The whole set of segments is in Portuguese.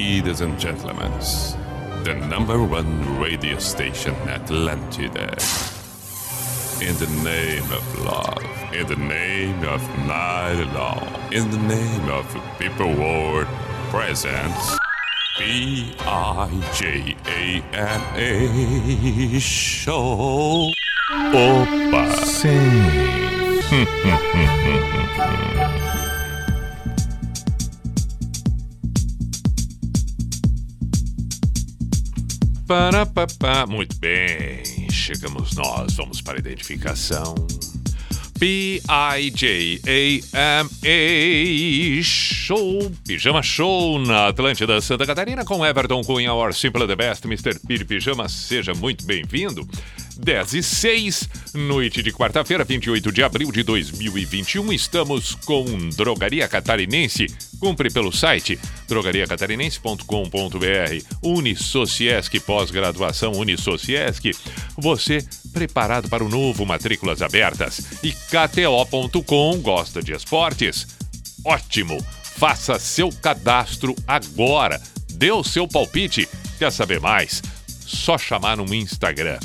Ladies and gentlemen, the number one radio station Atlantida. In the name of love, in the name of night long, in the name of people world presents P-I-J-A-M-A Show. Opa! Sim. Muito bem, chegamos nós, vamos para a identificação. P-I-J-A-M-A Show, Pijama Show na Atlântida Santa Catarina com Everton Cunha, Or Simple the Best, Mr. Piri Pijama, seja muito bem-vindo. 10h06, noite de quarta-feira, 28 de abril de 2021, estamos com Drogaria Catarinense. Compre pelo site drogariacatarinense.com.br. Unisociesc, pós-graduação Unisociesc. Você preparado para o novo, matrículas abertas. E KTO.com, gosta de esportes? Ótimo! Faça seu cadastro agora. Dê o seu palpite. Quer saber mais? Só chamar no Instagram,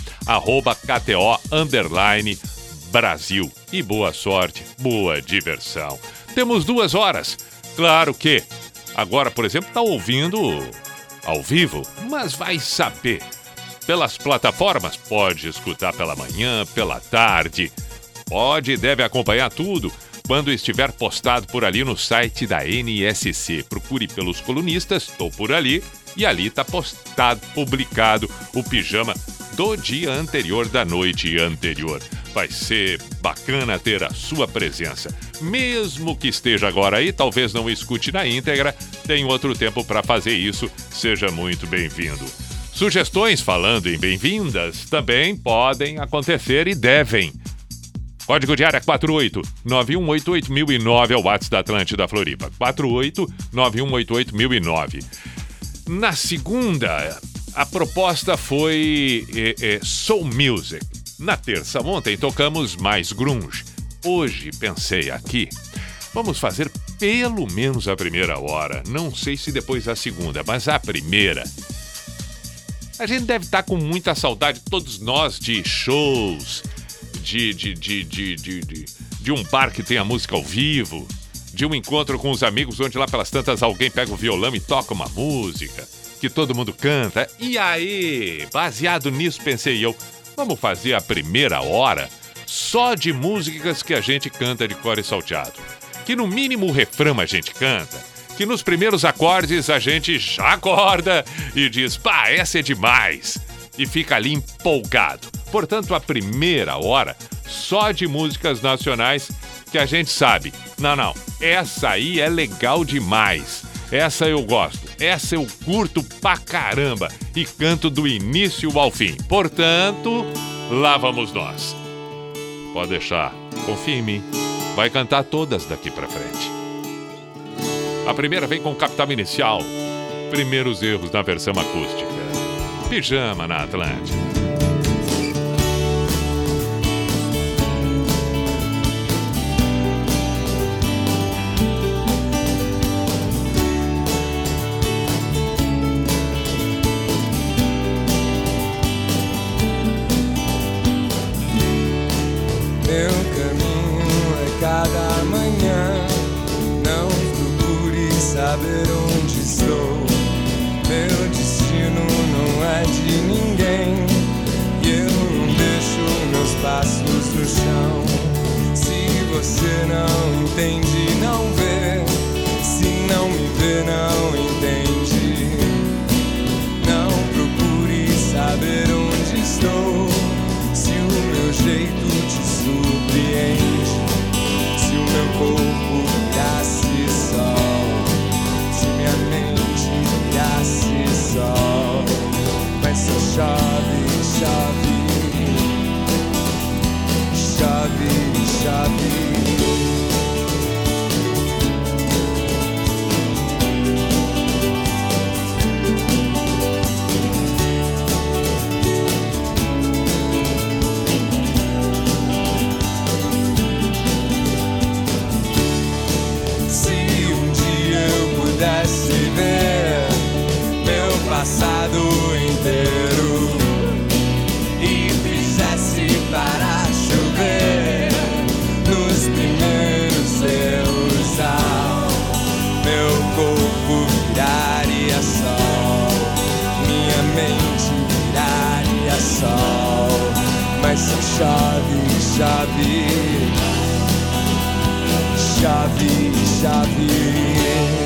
@KTO_Brasil. E boa sorte, boa diversão. Temos 2 horas. Claro que agora, por exemplo, está ouvindo ao vivo, mas vai saber. Pelas plataformas, pode escutar pela manhã, pela tarde. Pode e deve acompanhar tudo quando estiver postado por ali no site da NSC. Procure pelos colunistas, estou por ali. E ali está postado, publicado o pijama do dia anterior, da noite anterior. Vai ser bacana ter a sua presença. Mesmo que esteja agora aí, talvez não escute na íntegra, tem outro tempo para fazer isso. Seja muito bem-vindo. Sugestões, falando em bem-vindas, também podem acontecer e devem. Código de área 48-9188-1009 é o WhatsApp da Atlântida Floripa. 48-9188-1009. Na segunda, a proposta foi Soul Music. Na terça, ontem, tocamos mais grunge. Hoje, pensei aqui, vamos fazer pelo menos a primeira hora. Não sei se depois a segunda, mas a primeira. A gente deve estar com muita saudade, todos nós, de shows, de um bar que tenha música ao vivo, de um encontro com os amigos onde lá pelas tantas alguém pega o violão e toca uma música que todo mundo canta. E aí, baseado nisso, pensei eu, vamos fazer a primeira hora só de músicas que a gente canta de cor e salteado. Que no mínimo o refrão a gente canta, que nos primeiros acordes a gente já acorda e diz, pá, essa é demais, e fica ali empolgado. Portanto, a primeira hora só de músicas nacionais que a gente sabe. Não, essa aí é legal demais. Essa eu gosto. Essa eu curto pra caramba. E canto do início ao fim. Portanto, lá vamos nós. Pode deixar. Confia em mim. Vai cantar todas daqui pra frente. A primeira vem com Capital Inicial. Primeiros erros na versão acústica. Pijama na Atlântida. Saber onde estou, meu destino não é de ninguém. E eu não deixo meus passos no chão. Se você não entende, não vê. Se não me vê, não entende. Não procure saber onde estou. Se o meu jeito te surpreende, se o meu corpo nasce sol, minha mente nasce sol, mas só chove, chove, chove. chave, chave.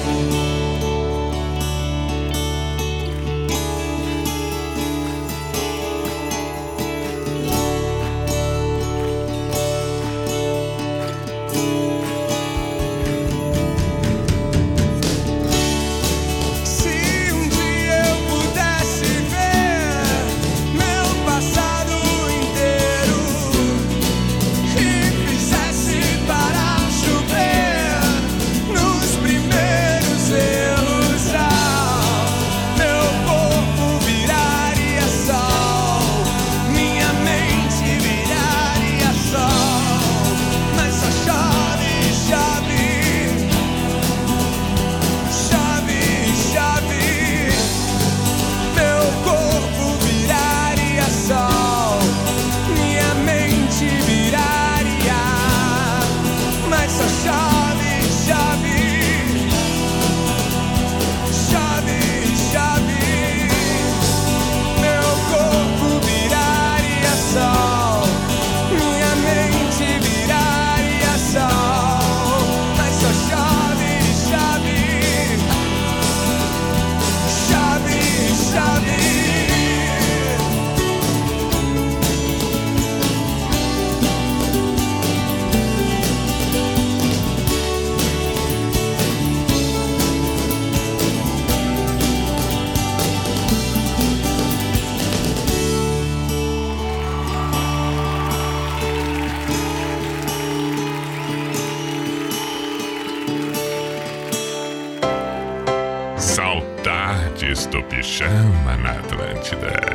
Saudades do Pijama na Atlântida.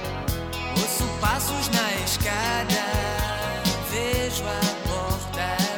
Passos na escada, vejo a porta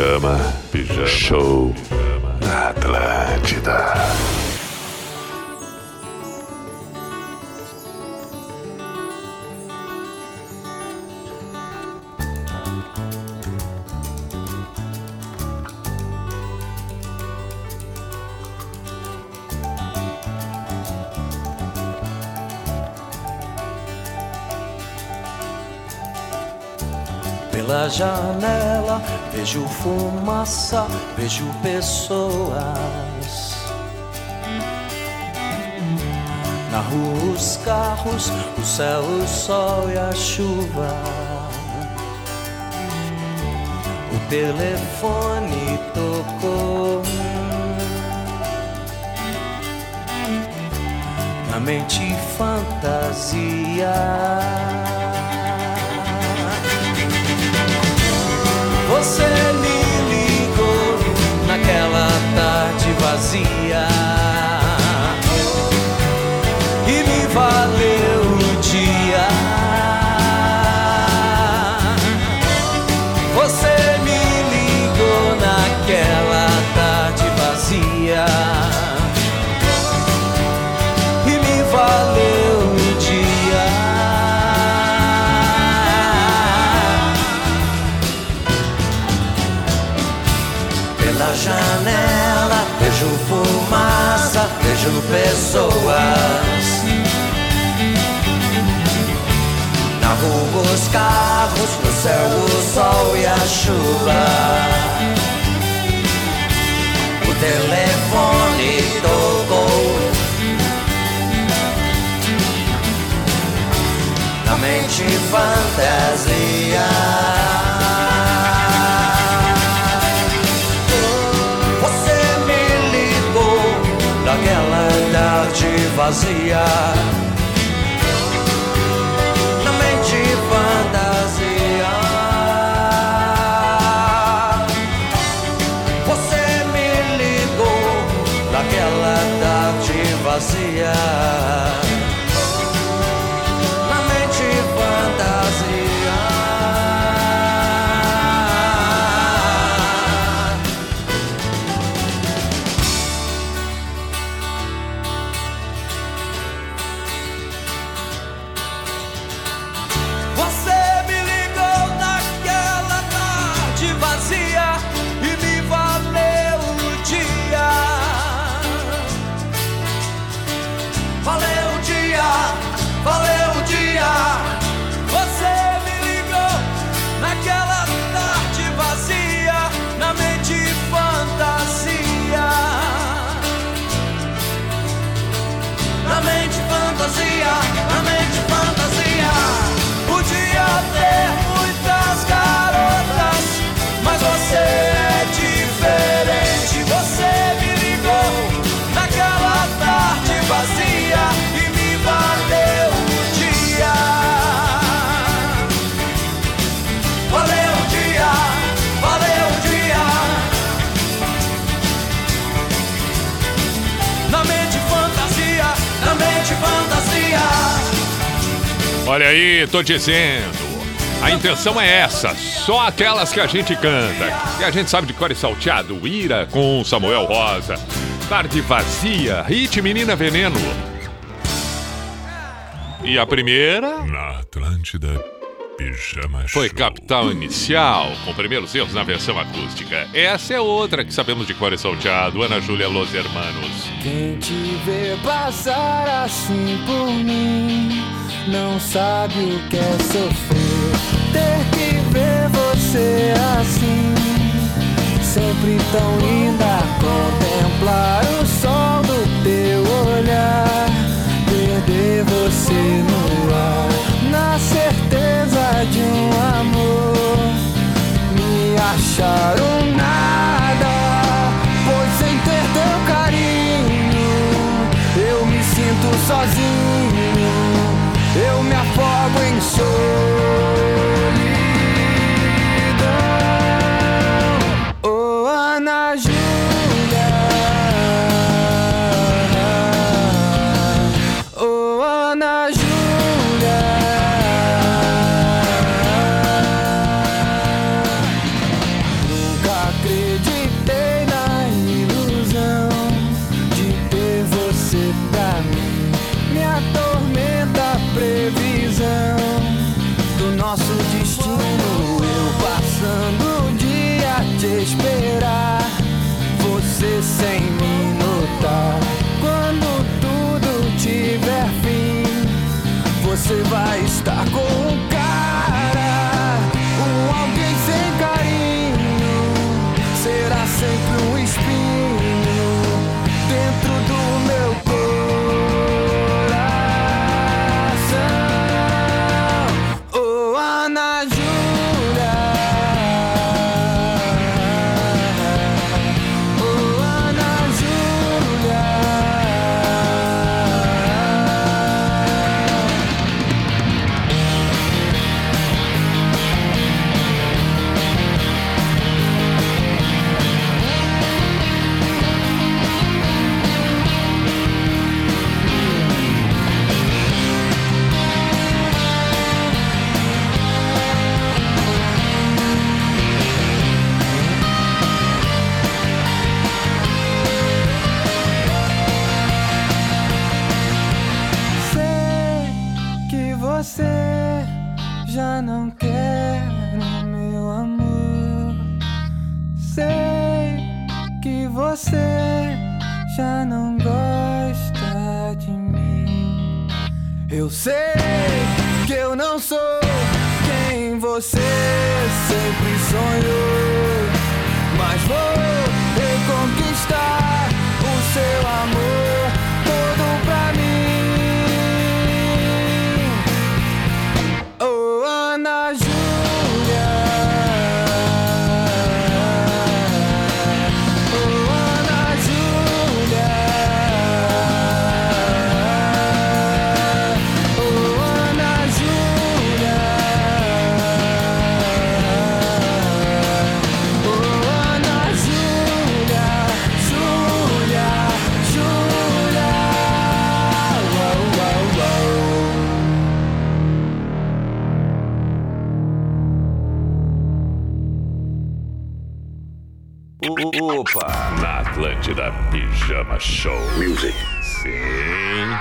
Pijama Show na Atlântida. Pela janela vejo fumaça, vejo pessoas. Na rua os carros, o céu, o sol e a chuva. O telefone tocou. Na mente fantasia. Você me ligou naquela tarde vazia e me valeu o dia. Você me ligou naquela tarde vazia e me valeu o dia. Pela janela vejo fumaça, vejo pessoas. Na rua os carros, no céu o sol e a chuva. O telefone tocou. Na mente fantasia. Naquela tarde vazia, na mente fantasia. Você me ligou naquela tarde vazia, na mente fantasia. Na mente fantasia, podia ter muitas garotas, mas você é diferente. Você me ligou naquela tarde vazia e me valeu o dia. Valeu o dia, valeu o dia. Na mente fantasia, na mente fantasia. Olha aí, tô dizendo. A intenção é essa, só aquelas que a gente canta. E a gente sabe de cor e salteado. Ira com Samuel Rosa. Tarde vazia, Hit Menina Veneno. E a primeira? Na Atlântida, Pijama Show. Foi Capital Inicial, com primeiros erros na versão acústica. Essa é outra que sabemos de cor e salteado. Ana Júlia Los Hermanos. Quem te vê passar assim por mim não sabe o que é sofrer. Ter que ver você assim, sempre tão linda. Contemplar o sol do teu olhar, perder você no ar, na certeza de um amor, me achar um nada, pois sem ter teu carinho eu me sinto sozinho, eu me afogo em solidão. Oh, Ana Júlia, você vai estar com um cara, alguém sem carinho, será sempre um espinho dentro do meu coração. Oh, Ana Júlia, oh, Ana Júlia. Você já não quer o meu amor. Sei que você já não gosta de mim. Eu sei que eu não sou quem você sempre sonhou, mas vou reconquistar o seu amor todo pra mim. Oh, Ana Júlia, oh, Ana Júlia, oh, Ana Júlia, oh, Ana Júlia, Júlia, Júlia, uau, uau, uau. Opa! Na Atlântida Pijama Show. Music. Sim.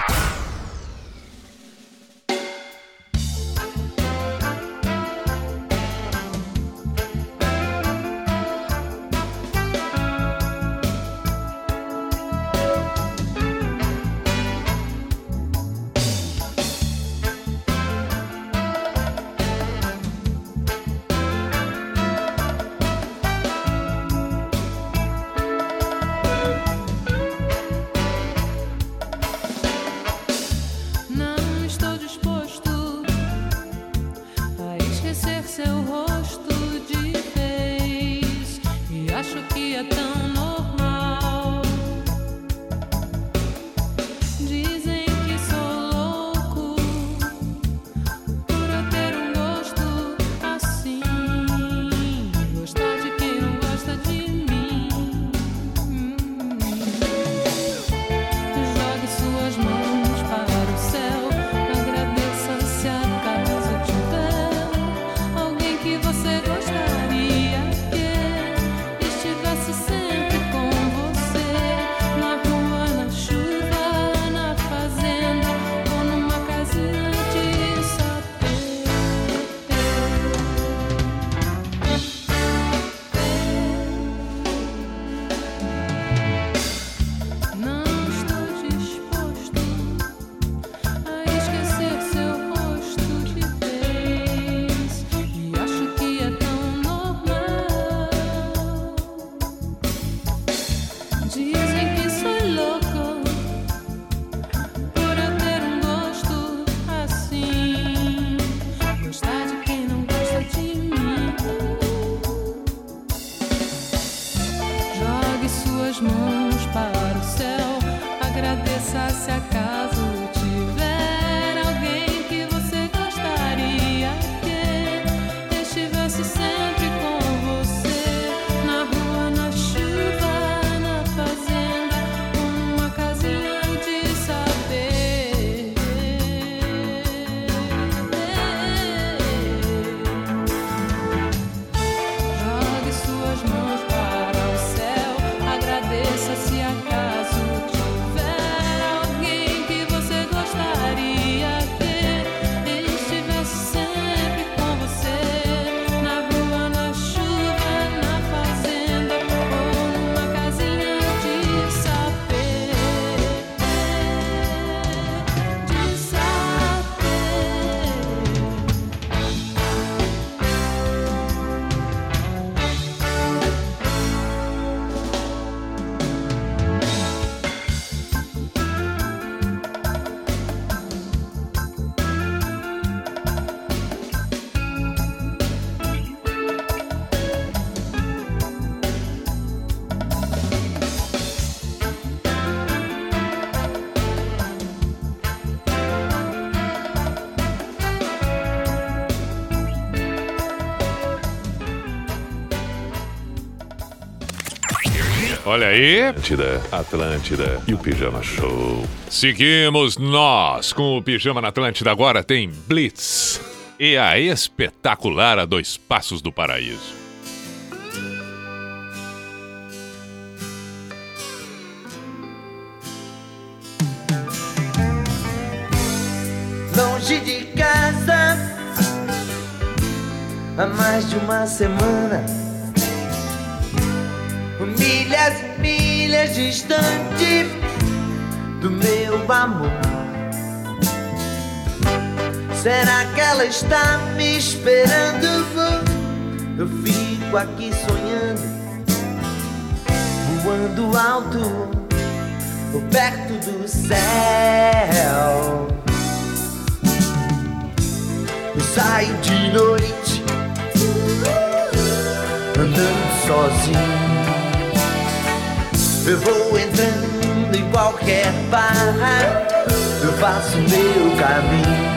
Olha aí. Atlântida e o Pijama Show. Seguimos nós com o Pijama na Atlântida. Agora tem Blitz e a espetacular A Dois Passos do Paraíso. Longe de casa há mais de uma semana, milhas e milhas distante do meu amor. Será que ela está me esperando? Eu fico aqui sonhando, voando alto, perto do céu. Eu saio de noite, andando sozinho. Eu vou entrando em qualquer bar, eu faço meu caminho.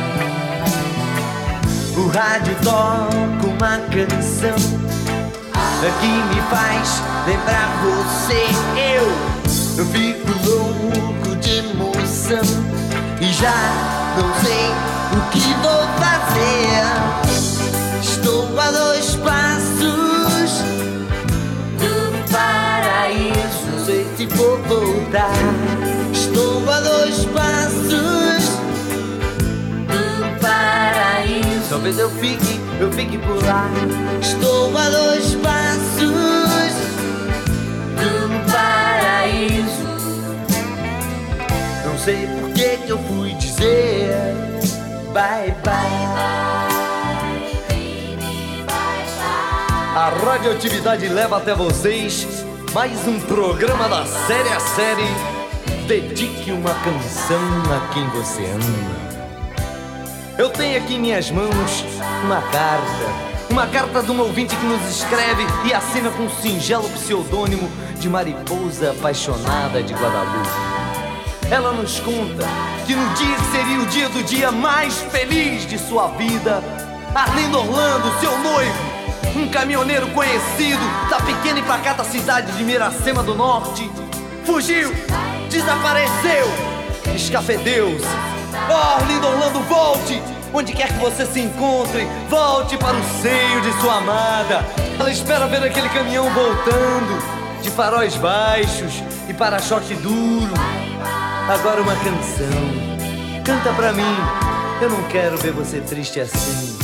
O rádio toca uma canção que me faz lembrar você. Eu fico louco de emoção e já não sei o que vou fazer. Estou a 2 passos do paraíso, não sei se vou voltar. Estou a 2 passos do paraíso, talvez eu fique por lá. Estou a 2 passos do paraíso, não sei por que eu fui dizer bye bye. A radioatividade leva até vocês mais um programa da série a série. Dedique uma canção a quem você ama. Eu tenho aqui em minhas mãos uma carta de um ouvinte que nos escreve e assina com um singelo pseudônimo de Mariposa Apaixonada de Guadalupe. Ela nos conta que no dia que seria o dia mais feliz de sua vida, Arlindo Orlando, seu noivo, um caminhoneiro conhecido da pequena e pacata cidade de Miracema do Norte, fugiu, desapareceu, escafedeu-se. Oh, Arlindo Orlando, volte! Onde quer que você se encontre, volte para o seio de sua amada. Ela espera ver aquele caminhão voltando, de faróis baixos e para-choque duro. Agora uma canção, canta pra mim, eu não quero ver você triste assim.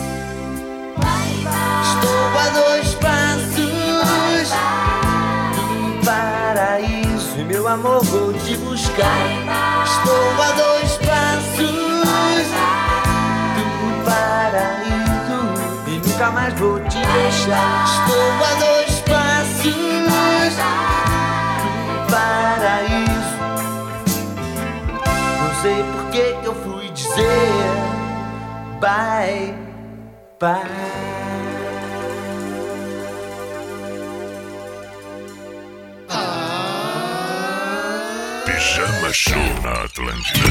Estou a 2 passos do paraíso e meu amor vou te buscar. Estou a 2 passos do paraíso e nunca mais vou te deixar. Estou a 2 passos do paraíso, não sei por que eu fui dizer bye bye. Pijama Show na Atlântida.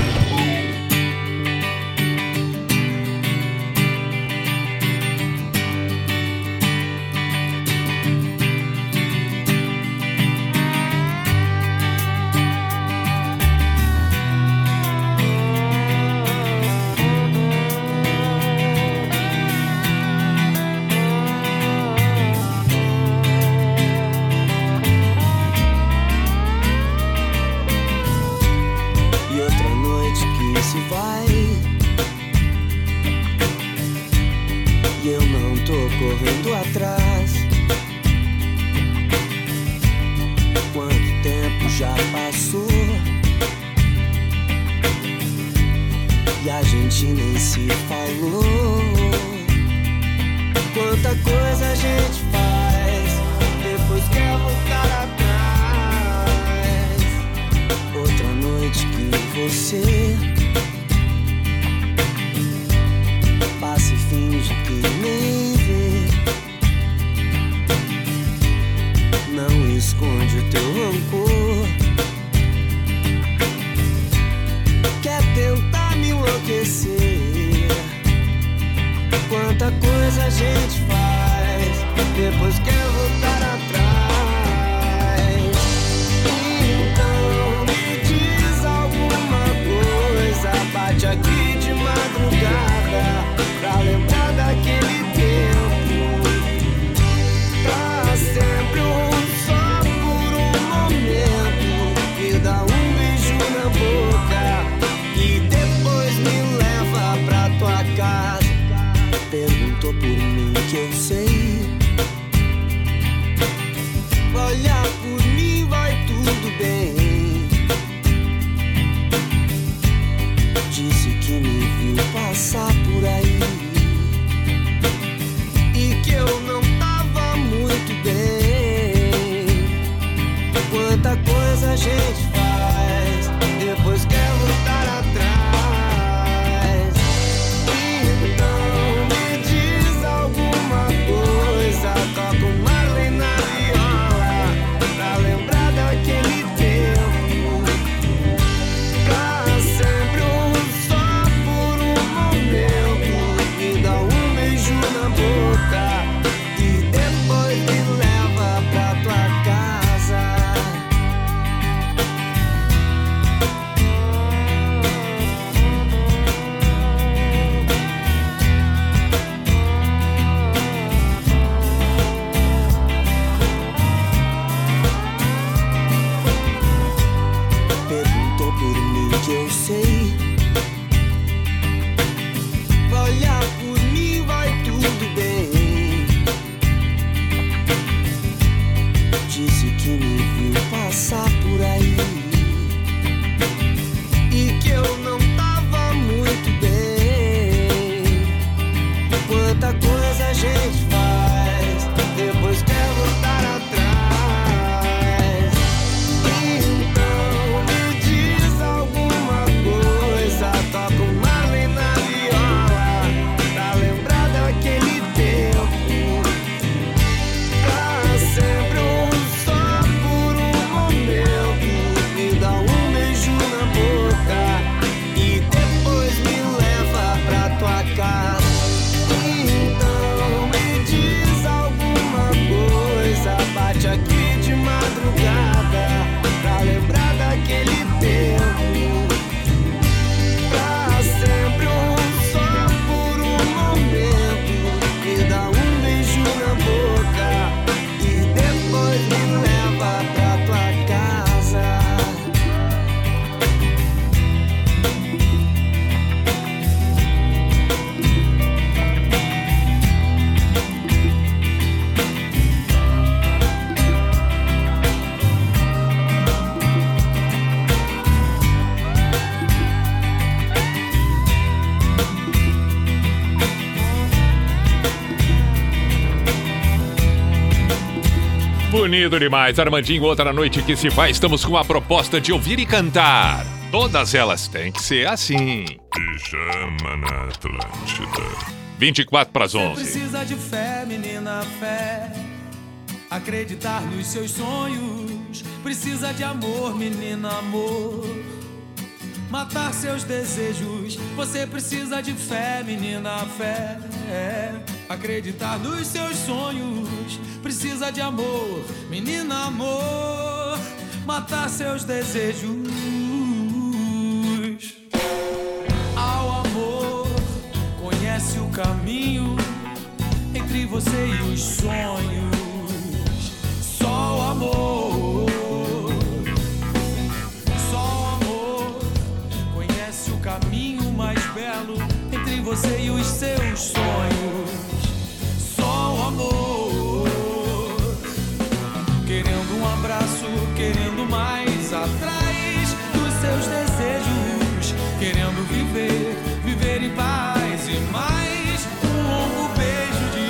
Correndo atrás, quanto tempo já passou e a gente nem se falou. Quanta coisa a gente faz, depois quer voltar atrás. Outra noite que você passa e finge que nem vê. Não esconde o teu rancor, quer tentar me enlouquecer. Quanta coisa a gente faz, depois quer voltar atrás. eu sei. Olha por mim, vai tudo bem. Disse que me viu passar por aí e que eu não tava muito bem. Quanta coisa a gente faz, depois quer voltar atrás. Então me diz alguma coisa, toca um Marley na viola, pra lembrar daquele tempo. Pra sempre ou só por um momento, me dá um beijo na boca e depois me leva pra tua casa. Perguntou por mim que eu sei. Olha por mim, vai tudo bem. Disse que me viu passar por aí e que eu não tava muito bem. Quanta coisa a gente faz, depois quer voltar atrás. Então me diz alguma coisa, toca um Marley na viola, pra lembrar daquele tempo. Pra sempre ou só por um momento, me dá um beijo na boca e depois me leva pra tua casa. Então me diz alguma coisa, bate aqui de madrugada, pra lembrar daquele tempo. Pra sempre ou só por um momento, me dá um beijo na boca e depois me leva pra tua casa. Bonito demais, Armandinho, outra noite que se faz. Estamos com a proposta de ouvir e cantar. Todas elas têm que ser assim. Pijama na Atlântida. 24 para as Você 11. precisa de fé, menina, fé. Acreditar nos seus sonhos. Precisa de amor, menina, amor. Matar seus desejos. Você precisa de fé, menina, fé. Acreditar nos seus sonhos. Precisa de amor, menina, amor. Matar seus desejos. Ao amor, conhece o caminho entre você e os sonhos. Só o amor. Só o amor conhece o caminho mais belo entre você e os seus sonhos. Só o amor. Querendo um abraço, querendo mais atrás dos seus desejos. Querendo viver, viver em paz e mais um longo beijo de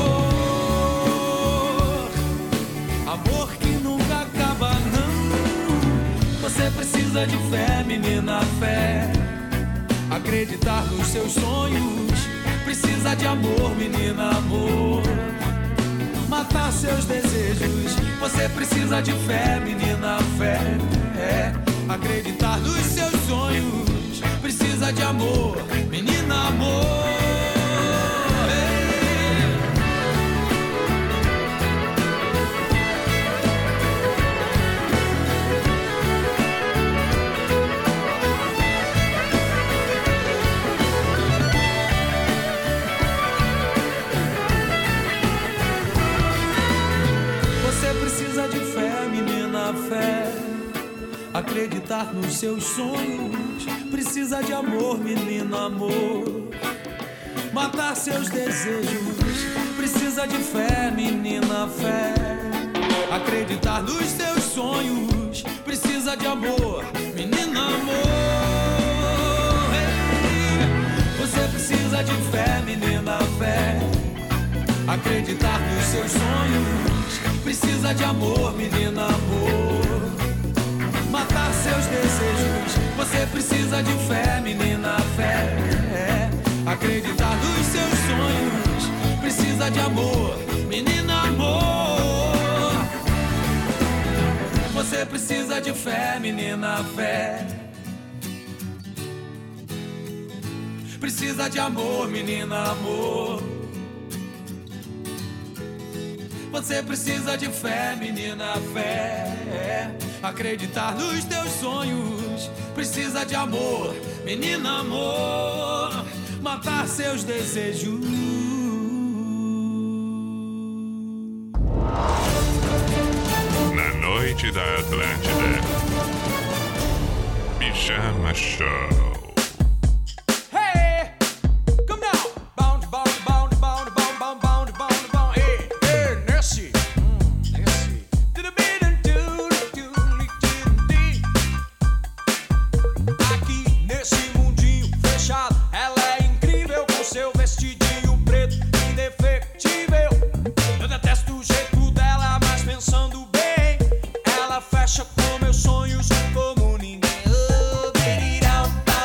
amor. Amor que nunca acaba, não. Você precisa de fé, menina, fé. Acreditar nos seus sonhos. Precisa de amor, menina, amor. Matar seus desejos. Você precisa de fé, menina, fé. Acreditar nos seus sonhos. Precisa de amor, menina, amor. Você precisa de fé, menina, fé. Acreditar nos seus sonhos. Precisa de amor, menina, amor. Matar seus desejos. precisa de fé, menina, fé. Acreditar nos teus sonhos. Precisa de amor, menina, amor. Hey. Você precisa de fé, menina, fé. Acreditar nos seus sonhos. Precisa de amor, menina, amor. Matar seus desejos. Você precisa de fé, menina, fé. Acreditar nos seus sonhos. Precisa de amor, menina, amor. Você precisa de fé, menina, fé. Precisa de amor, menina, amor. Você precisa de fé, menina, fé. Acreditar nos teus sonhos. Precisa de amor, menina, amor. Matar seus desejos. Na noite da Atlântida. Pijama Show. Fecha com meus sonhos como ninguém. Oh,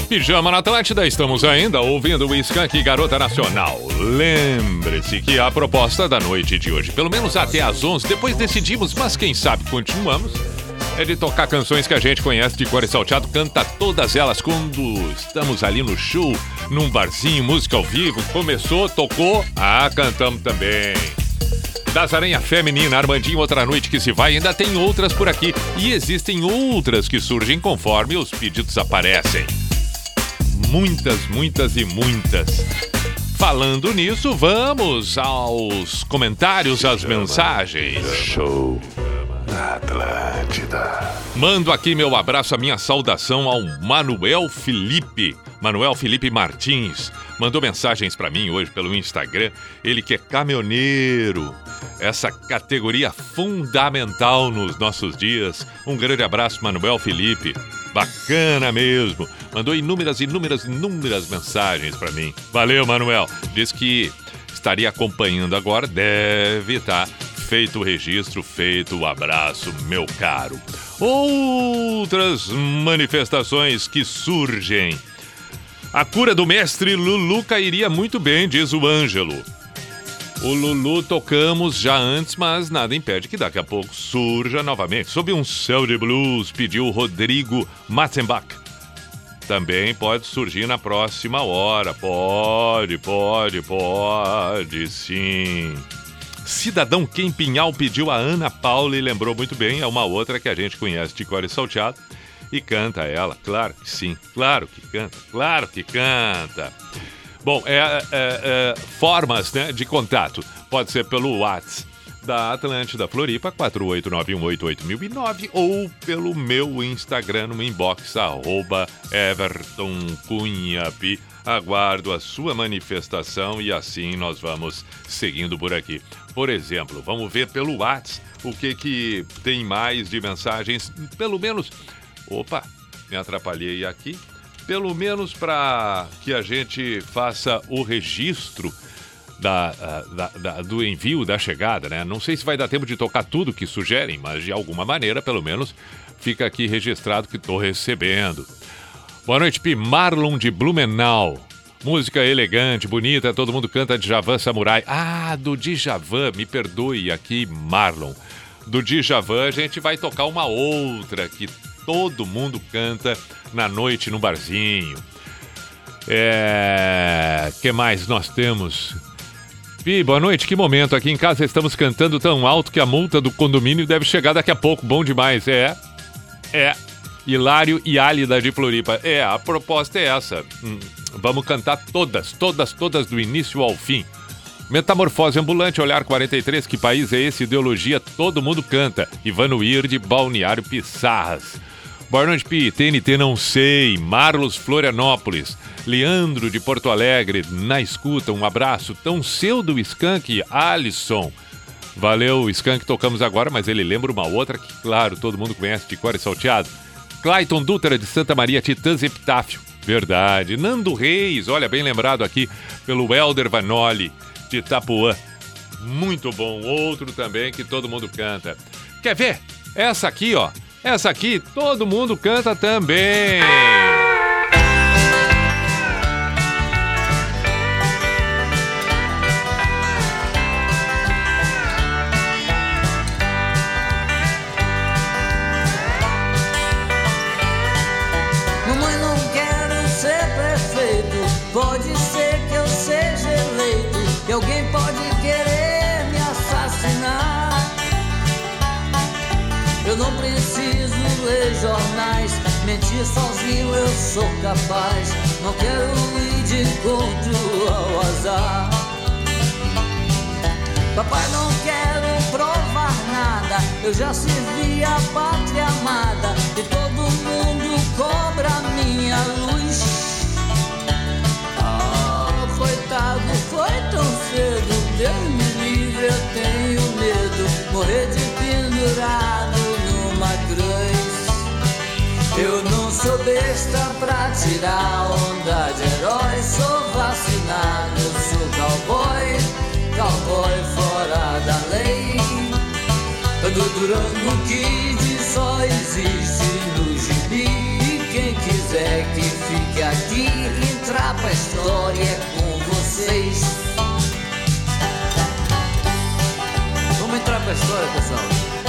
Pijama na Atlântida, estamos ainda ouvindo o Skank Garota Nacional. Lembre-se que a proposta da noite de hoje, pelo menos até às 11, depois decidimos, mas quem sabe continuamos, é de tocar canções que a gente conhece de cor e salteado, canta todas elas quando estamos ali no show, num barzinho, música ao vivo, começou, tocou, cantamos também. Das Aranha Feminina, Armandinho, Outra Noite que Se Vai, ainda tem outras por aqui e existem outras que surgem conforme os pedidos aparecem. Muitas, muitas e muitas. Falando nisso, vamos aos comentários, às mensagens. Show na Atlântida. Mando aqui meu abraço, a minha saudação ao Manuel Felipe Martins. Mandou mensagens pra mim hoje pelo Instagram. Ele que é caminhoneiro, essa categoria fundamental nos nossos dias. Um grande abraço, Manuel Felipe. Bacana mesmo. Mandou inúmeras mensagens pra mim. Valeu, Manuel. Diz que estaria acompanhando agora. Deve estar feito o registro, feito o abraço, meu caro. Outras manifestações que surgem. A cura do mestre Lulu cairia muito bem, diz o Ângelo. O Lulu tocamos já antes, mas nada impede que daqui a pouco surja novamente. Sob um céu de blues, pediu o Rodrigo Matzenbach. Também pode surgir na próxima hora. Pode, sim. Cidadão Quem Pinhal pediu a Ana Paula e lembrou muito bem, é uma outra que a gente conhece de cor e salteado. E canta ela, claro que sim, claro que canta. Bom, formas, né, de contato. Pode ser pelo WhatsApp da Atlântida Floripa, 489188009, ou pelo meu Instagram no inbox, @EvertonCunhaP. Aguardo a sua manifestação e assim nós vamos seguindo por aqui. Por exemplo, vamos ver pelo WhatsApp o que tem mais de mensagens, pelo menos... Opa, me atrapalhei aqui. Pelo menos para que a gente faça o registro do envio, da chegada, né? Não sei se vai dar tempo de tocar tudo que sugerem, mas de alguma maneira, pelo menos, fica aqui registrado que estou recebendo. Boa noite, Pi. Marlon de Blumenau. Música elegante, bonita, todo mundo canta Djavan Samurai. Do Djavan, me perdoe aqui, Marlon. Do Djavan a gente vai tocar uma outra que todo mundo canta na noite no barzinho. Que mais nós temos? Pi, boa noite, que momento. Aqui em casa estamos cantando tão alto que a multa do condomínio deve chegar daqui a pouco. Bom demais, Hilário e Álida de Floripa. A proposta é essa. Vamos cantar todas do início ao fim. Metamorfose Ambulante, Olhar 43, que país é esse? Ideologia, todo mundo canta. Ivanuir de Balneário Pissarras. Boa noite, Pi. TNT não sei. Marlos Florianópolis. Leandro de Porto Alegre, na escuta, um abraço. Tão seu do Skank, Alisson. Valeu, Skank, tocamos agora, mas ele lembra uma outra que, claro, todo mundo conhece de cor e salteado. Clayton Dutra de Santa Maria, Titãs Epitáfio. Verdade. Nando Reis, olha, bem lembrado aqui pelo Helder Vanoli de Itapuã. Muito bom. Outro também que todo mundo canta. Quer ver? Essa aqui, ó. Essa aqui todo mundo canta também. Mamãe, não quero ser prefeito. Pode ser que eu seja eleito e alguém pode querer me assassinar. Eu não preciso ler jornais, mentir sozinho eu sou capaz. Não quero ir de encontro ao azar. Papai, não quero provar nada. Eu já servi a pátria amada e todo mundo cobra minha luz. Coitado, foi tão cedo. Deus me livre, eu tenho medo. Morrer de pendurado numa cruz. Eu não sou besta pra tirar onda de herói. Sou vacinado, eu sou cowboy fora da lei. Do Durango Kid só existe no gibi. E quem quiser que fique aqui, entrar pra história com vocês. Vamos entrar pra história, pessoal.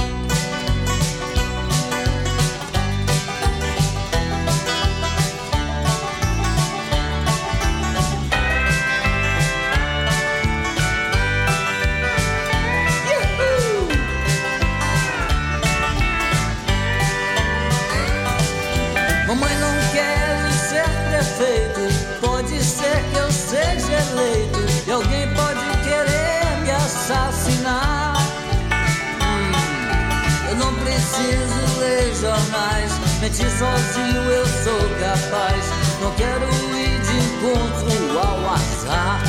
Mamãe, não quero ser prefeito. Pode ser que eu seja eleito e alguém pode querer me assassinar. Eu não preciso ler jornais, mentir sozinho eu sou capaz. Não quero ir de encontro ao azar.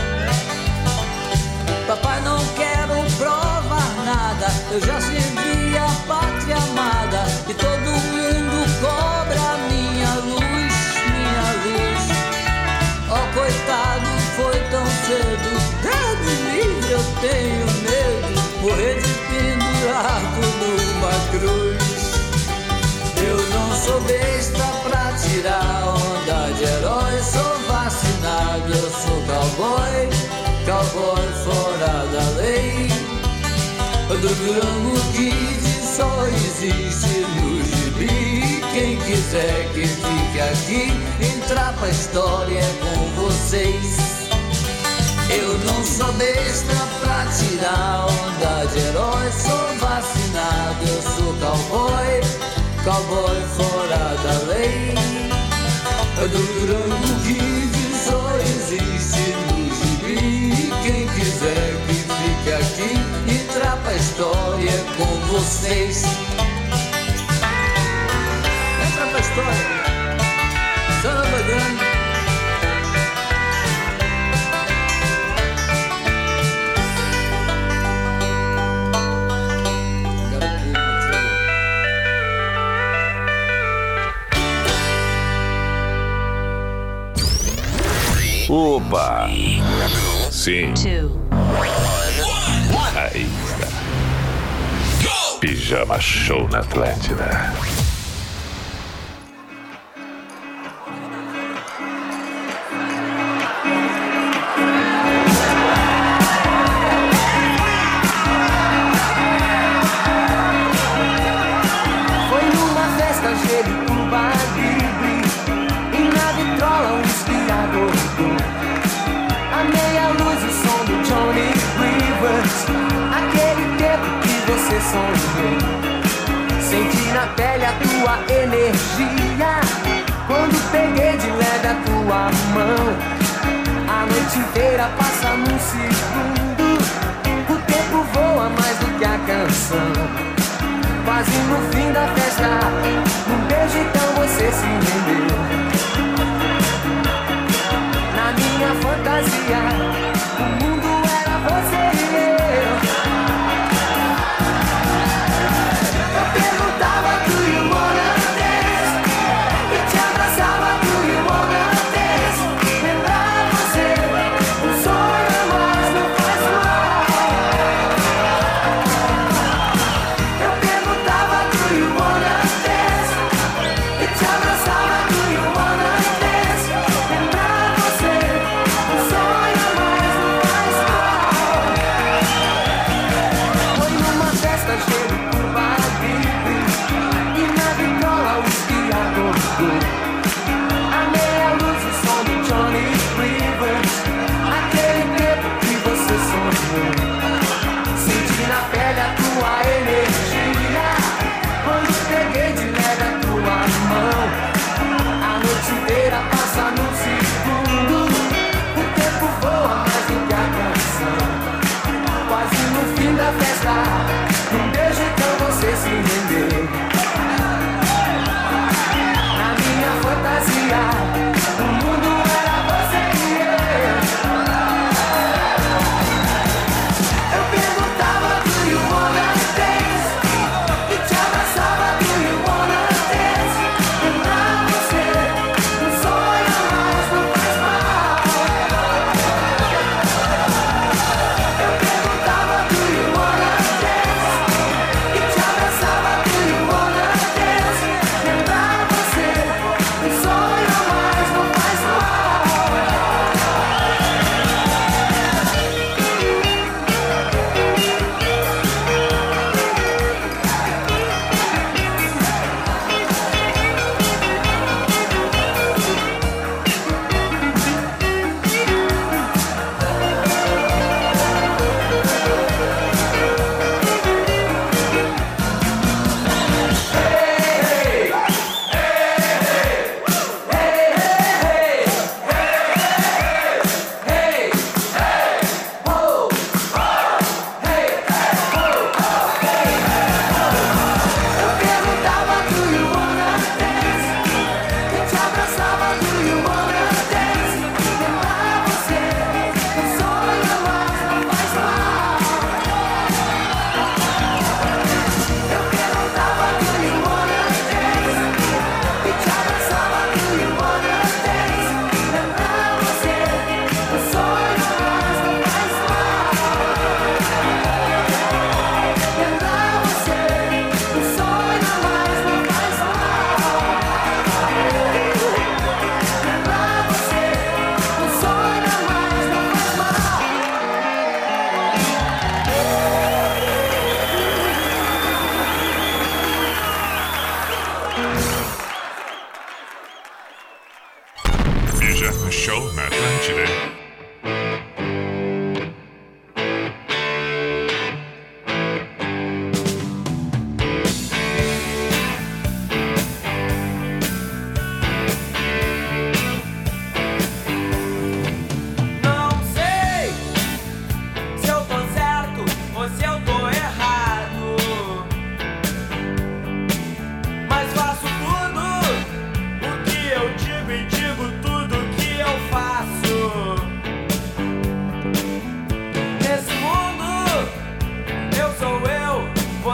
Papai, não quero provar nada. Eu já servi a pátria amada e todo mundo cobra minha luz, minha luz. Oh, coitado, foi tão cedo. Deus me livre, eu tenho medo. Morrer de pendurado numa cruz. Eu não sou besta pra tirar onda de herói. Sou vacinado, eu sou cowboy, cowboy fora da lei. Do Durango Kid só existe no gibi. Quem quiser que fique aqui, entrar pra história com vocês. Eu não sou besta pra tirar onda de herói. Sou vacinado, eu sou cowboy, cowboy fora da lei. Do Durango Kid só existe no gibi. Quem quiser que fique aqui, entrar pra história com vocês. Entra pra história. Samba grande. Opa! Sim. Aí está. Pijama Show na Atlântida. Foi numa festa Jeruba Libre e na vitrola um esquiador. A meia luz, o som do Johnny Rivers, aquele tempo que você sonhou. Senti na pele a tua energia quando peguei de leve a tua mão. A noite inteira passa num segundo, o tempo voa mais do que a canção. Quase no fim da festa, num beijo então você se rendeu. Na minha fantasia, o mundo era você e eu. Eu perguntava, do you wanna dance? E te abraçava, do you wanna dance? Lembrar você, um sonho mas não faz mal. Eu perguntava, do you wanna dance? E te abraçava,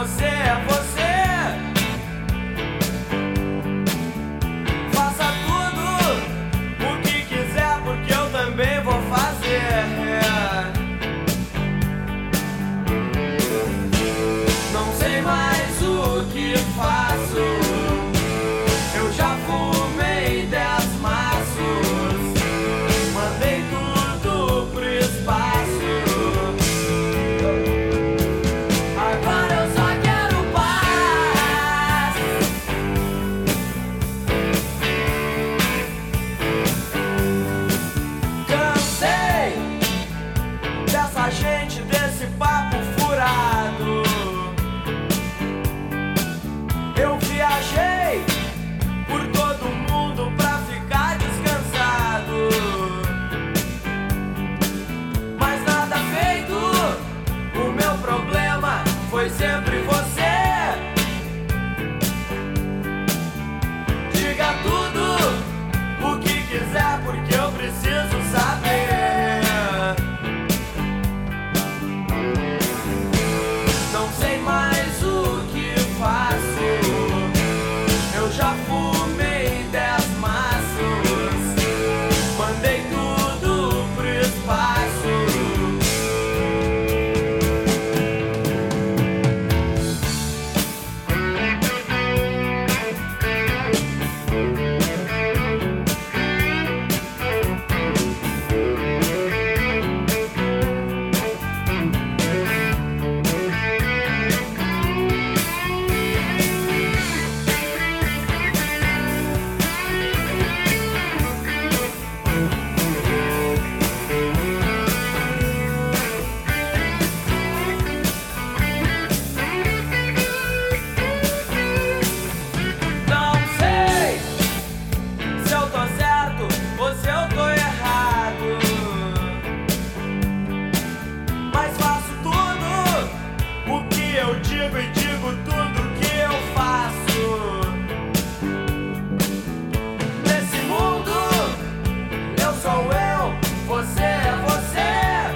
você é você. Faça tudo o que quiser, porque eu também vou fazer. Não sei mais o que faço. Eu já fumei 10 maços, mandei tudo pro espaço. Agora eu só quero paz. Cansei dessa gente, desse papo furado. Eu viajei por todo mundo pra ficar descansado, mas nada feito. O meu problema foi sempre você. Diga tudo o que quiser, porque eu preciso saber. Não sei mais o que faço. Eu já fumei 10 maços, mandei tudo pro espaço. Não sei se eu tô certo ou se eu tô errado, mas faço tudo o que eu digo e digo tudo que eu faço. Nesse mundo, eu sou eu, você é você.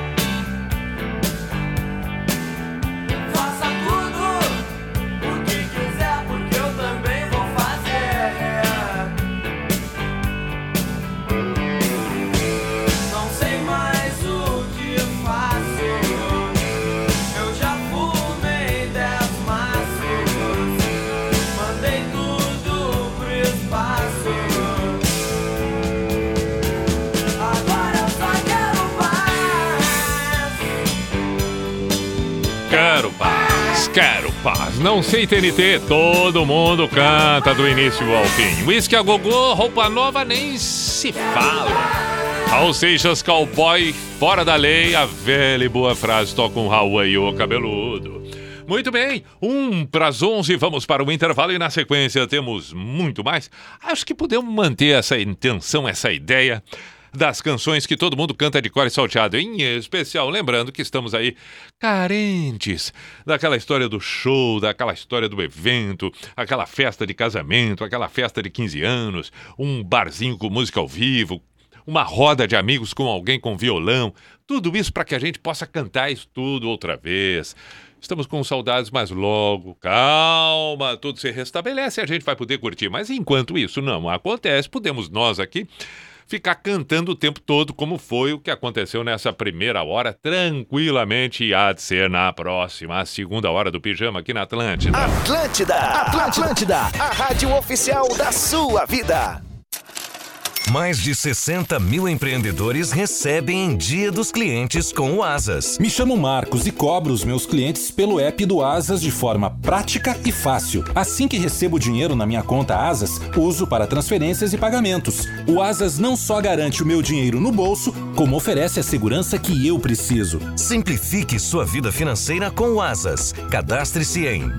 Faça tudo o que quiser, porque eu também vou fazer. Não sei mais o que faço. Eu já fumei 10 maços, mandei tudo pro espaço. Agora eu só quero paz. Quero paz, quero paz. Não sei TNT, todo mundo canta do início ao fim. Whisky a gogô, roupa nova nem se fala. Raul Seixas, cowboy, fora da lei, a velha e boa frase toca um Raul aí, ô cabeludo. Muito bem, 11:01, vamos para o intervalo e na sequência temos muito mais. Acho que podemos manter essa intenção, essa ideia das canções que todo mundo canta de cor e salteado, em especial lembrando que estamos aí carentes daquela história do show, daquela história do evento, aquela festa de casamento, aquela festa de 15 anos, um barzinho com música ao vivo, uma roda de amigos com alguém com violão, tudo isso para que a gente possa cantar isso tudo outra vez. Estamos com saudades, mas logo, calma, tudo se restabelece e a gente vai poder curtir. Mas enquanto isso não acontece, podemos nós aqui ficar cantando o tempo todo, como foi o que aconteceu nessa primeira hora, tranquilamente, e há de ser na próxima, a segunda hora do Pijama aqui na Atlântida. Atlântida, a rádio oficial da sua vida. Mais de 60 mil empreendedores recebem em Dia dos Clientes com o Asas. Me chamo Marcos e cobro os meus clientes pelo app do Asas de forma prática e fácil. Assim que recebo dinheiro na minha conta Asas, uso para transferências e pagamentos. O Asas não só garante o meu dinheiro no bolso, como oferece a segurança que eu preciso. Simplifique sua vida financeira com o Asas. Cadastre-se em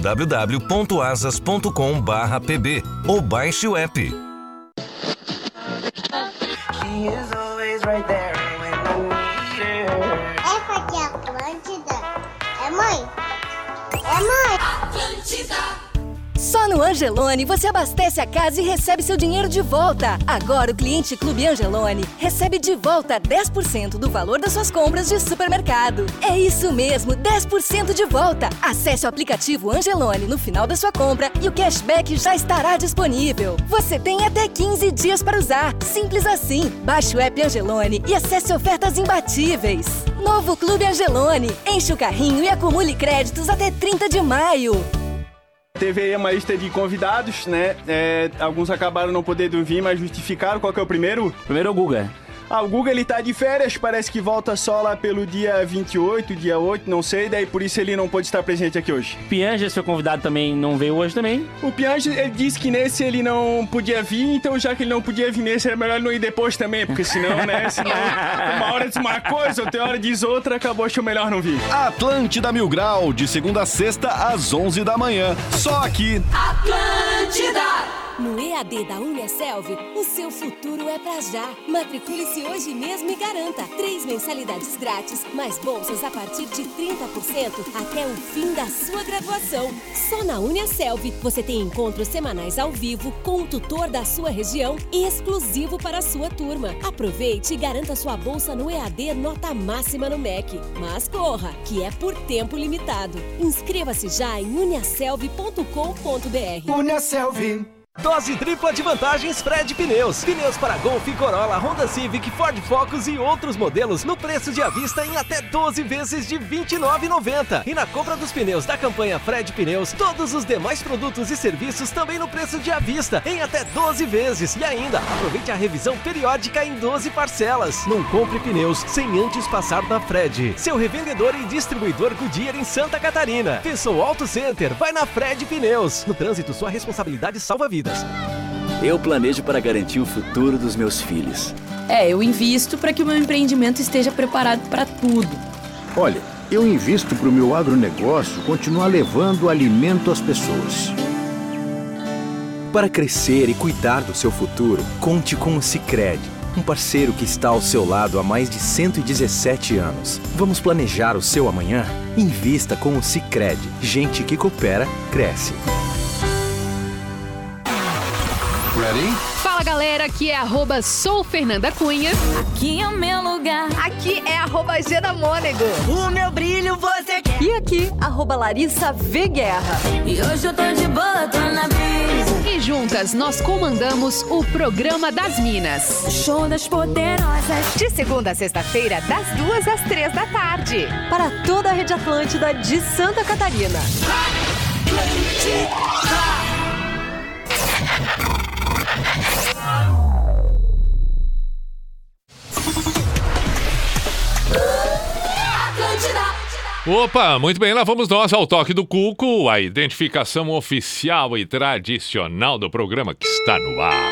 www.asas.com/pb ou baixe o app. Essa aqui é Atlântida. É mãe? É mãe? Atlântida. Só no Angelone você abastece a casa e recebe seu dinheiro de volta. Agora o cliente Clube Angelone recebe de volta 10% do valor das suas compras de supermercado. É isso mesmo, 10% de volta. Acesse o aplicativo Angelone no final da sua compra e o cashback já estará disponível. Você tem até 15 dias para usar. Simples assim. Baixe o app Angelone e acesse ofertas imbatíveis. Novo Clube Angelone. Enche o carrinho e acumule créditos até 30 de maio. Teve aí uma lista de convidados, né? Alguns acabaram não podendo vir, mas justificaram. Qual que é o primeiro? Primeiro é o Guga. O Guga, ele tá de férias, parece que volta só lá pelo dia 28, dia 8, não sei, daí por isso ele não pôde estar presente aqui hoje. Pianja, seu convidado, também não veio hoje também. O Pianja, ele disse que nesse ele não podia vir, então já que ele não podia vir nesse, era melhor ele não ir depois também, porque senão, né, uma hora diz uma coisa, outra hora diz outra, acabou, achou melhor não vir. Atlântida Mil Grau, de segunda a sexta, às 11 da manhã, só aqui. Atlântida! No EAD da Uniaselv, o seu futuro é pra já. Matricule-se hoje mesmo e garanta 3 mensalidades grátis, mais bolsas a partir de 30% até o fim da sua graduação. Só na Uniaselv você tem encontros semanais ao vivo com o tutor da sua região e exclusivo para a sua turma. Aproveite e garanta sua bolsa no EAD nota máxima no MEC. Mas corra, que é por tempo limitado. Inscreva-se já em uniaselv.com.br. Uniaselv. Dose tripla de vantagens Fred Pneus. Pneus para Golf, Corolla, Honda Civic, Ford Focus e outros modelos no preço de à vista em até 12 vezes de R$ 29,90. E na compra dos pneus da campanha Fred Pneus, todos os demais produtos e serviços também no preço de à vista em até 12 vezes. E ainda, aproveite a revisão periódica em 12 parcelas. Não compre pneus sem antes passar na Fred. Seu revendedor e distribuidor Goodyear em Santa Catarina. Pensou Auto Center? Vai na Fred Pneus. No trânsito, sua responsabilidade salva vidas. Eu planejo para garantir o futuro dos meus filhos. Eu invisto para que o meu empreendimento esteja preparado para tudo. Olha, eu invisto para o meu agronegócio continuar levando alimento às pessoas. Para crescer e cuidar do seu futuro, conte com o Sicredi, um parceiro que está ao seu lado há mais de 117 anos. Vamos planejar o seu amanhã? Invista com o Sicredi. Gente que coopera, cresce. Ready? Fala galera, aqui é @soufernandacunha. Aqui é o meu lugar. Aqui é @GenaMônego. O meu brilho você quer. E aqui, @LarissaVGuerra. E hoje eu tô de boa, tô na brisa. E juntas nós comandamos o Programa das Minas. Show das poderosas. De segunda a sexta-feira, das 2 às 3 da tarde. Para toda a Rede Atlântida de Santa Catarina. Opa, muito bem, lá vamos nós ao toque do Cuco, a identificação oficial e tradicional do programa que está no ar.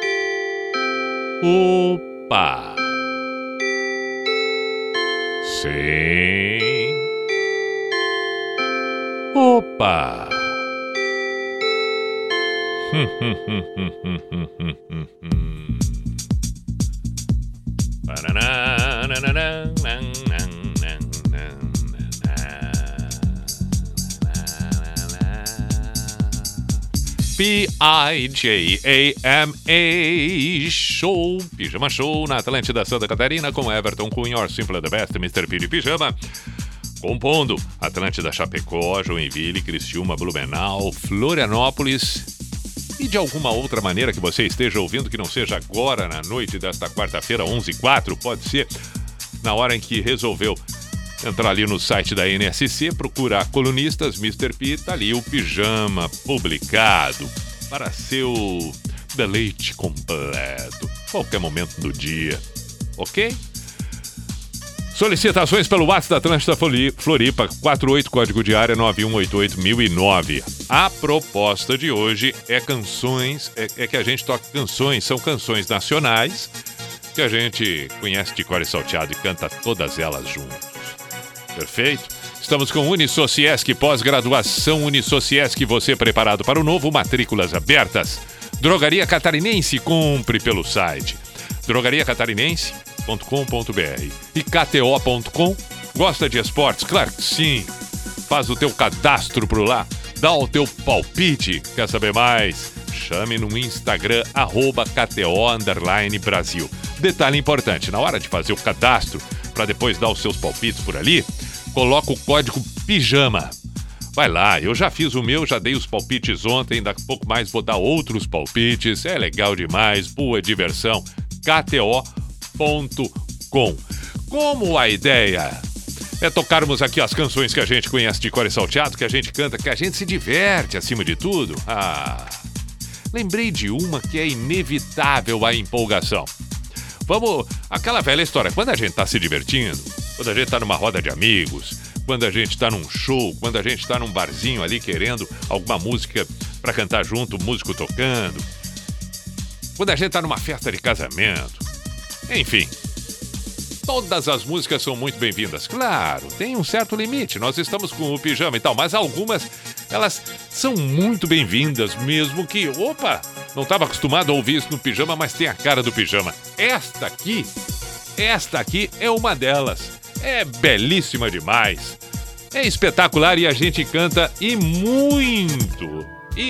Opa! Sim. Opa! P-I-J-A-M-A Show, Pijama Show na Atlântida Santa Catarina com Everton Cunha, Or Simple the Best, Mr. Piri Pijama. Compondo Atlântida Chapecó, Joinville, Criciúma, Blumenau, Florianópolis e de alguma outra maneira que você esteja ouvindo, que não seja agora na noite desta quarta-feira, 11h04, pode ser na hora em que resolveu entrar ali no site da NSC, procurar colunistas, Mr. P, tá ali o pijama publicado para seu deleite completo, qualquer momento do dia, ok? Solicitações pelo WhatsApp da Atlântida Floripa, 48, código de área 9188-1009. A proposta de hoje é canções, é que a gente toque canções, são canções nacionais, que a gente conhece de cor e salteado e canta todas elas juntos. Perfeito? Estamos com Unisociesc, pós-graduação Unisociesc, você preparado para o novo, matrículas abertas. Drogaria Catarinense, compre pelo site drogariacatarinense.com.br e KTO.com. Gosta de esportes? Claro que sim. Faz o teu cadastro por lá. Dá o teu palpite. Quer saber mais? Chame no Instagram, @KTO_Brasil. Detalhe importante, na hora de fazer o cadastro, para depois dar os seus palpites por ali, coloca o código PIJAMA. Vai lá, eu já fiz o meu, já dei os palpites ontem, daqui a pouco mais vou dar outros palpites. É legal demais, boa diversão. KTO.com. Como a ideia é tocarmos aqui as canções que a gente conhece de cor e salteado, que a gente canta, que a gente se diverte acima de tudo. Lembrei de uma que é inevitável a empolgação. Vamos, aquela velha história, quando a gente tá se divertindo, quando a gente tá numa roda de amigos, quando a gente tá num show, quando a gente tá num barzinho ali querendo alguma música pra cantar junto, o músico tocando, quando a gente tá numa festa de casamento, enfim, todas as músicas são muito bem-vindas. Claro, tem um certo limite, nós estamos com o pijama e tal, mas algumas, elas são muito bem-vindas, mesmo que, opa, não estava acostumado a ouvir isso no pijama, mas tem a cara do pijama. Esta aqui é uma delas. É belíssima demais. É espetacular e a gente canta e muito.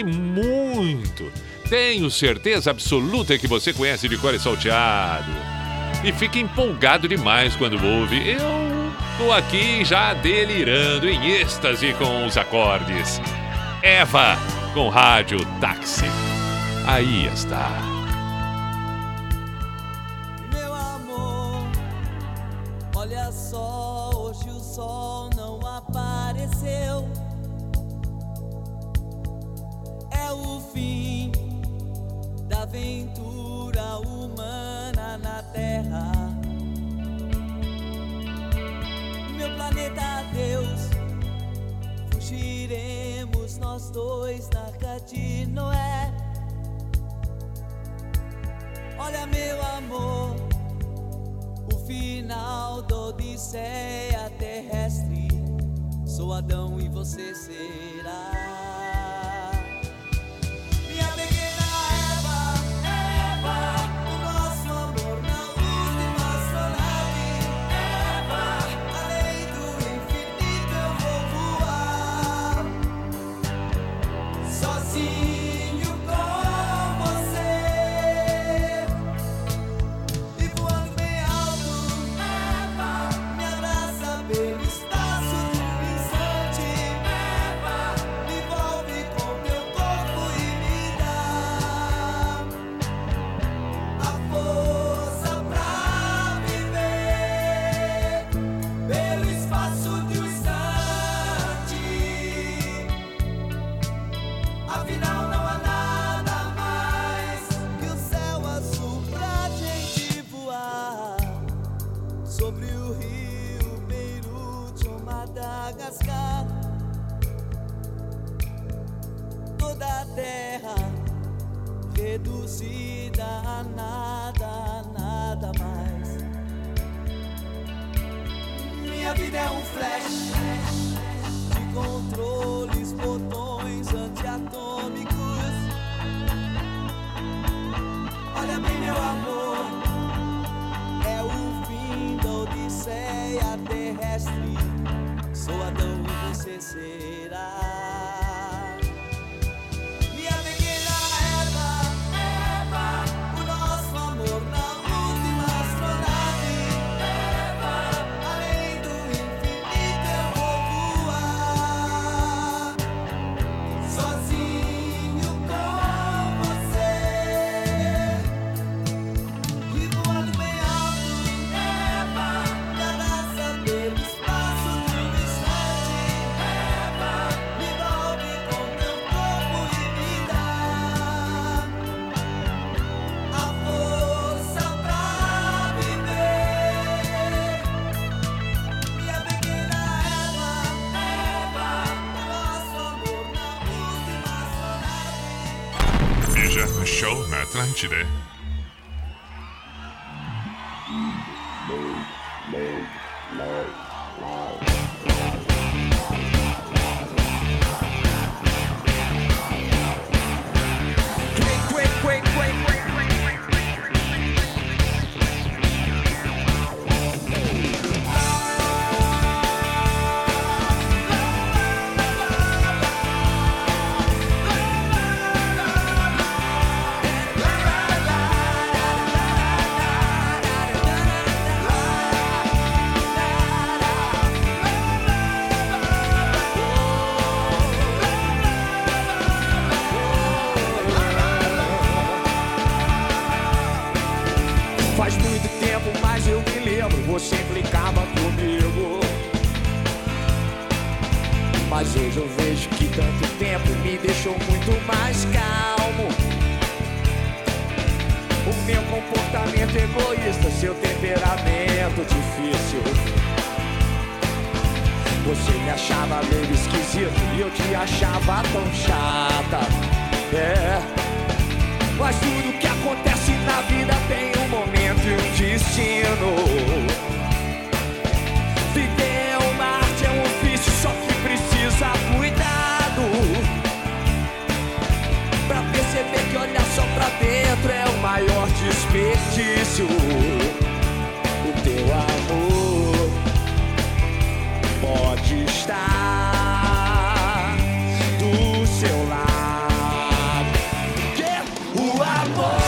Tenho certeza absoluta que você conhece de cor e salteado. E fica empolgado demais quando ouve. Eu tô aqui já delirando em êxtase com os acordes. Eva com Rádio Táxi. Aí está. Meu amor, olha só, hoje o sol não apareceu. É o fim da aventura humana na Terra. Meu planeta adeus, fugiremos nós dois na Arca de Noé. Olha, meu amor, o final da odisseia terrestre. Sou Adão e você será minha pequena Eva, o nosso amor não use nossa nave. Eva, além do infinito eu vou voar, sozinho com você. E voando bem alto, Eva, me abraça pelo espaço de um instante. Eva, me envolve com teu corpo e me dá a força pra viver pelo espaço de um instante. Afinal não há nada mais que o céu azul pra gente voar sobre o rio Beirute ou Madagascar. Toda a terra reduzida a nada mais. Minha vida é um flash de controles, botões antiatômicos. Olha bem, meu amor, é o fim da odisseia terrestre. Sou Adão e você será minha pequena Eva, o nosso amor na última astronave. Eva, além do infinito eu vou voar, sozinho com você. E voando bem alto, Eva, me abraça pelo espaço de um instante. Eva, me envolve com teu corpo e me dá a força pra viver. Minha pequena Eva, o nosso amor na última astronave. Veja no show na Atlântida. vejo que tanto tempo me deixou muito mais calmo. O meu comportamento egoísta, seu temperamento difícil. Você me achava meio esquisito e eu te achava tão chata. É, mas tudo que acontece na vida tem um momento e um destino. Viver é uma arte, é um ofício, só que precisa cuidado. Pra perceber que olhar só pra dentro é o maior desperdício. O teu amor pode estar do seu lado. O amor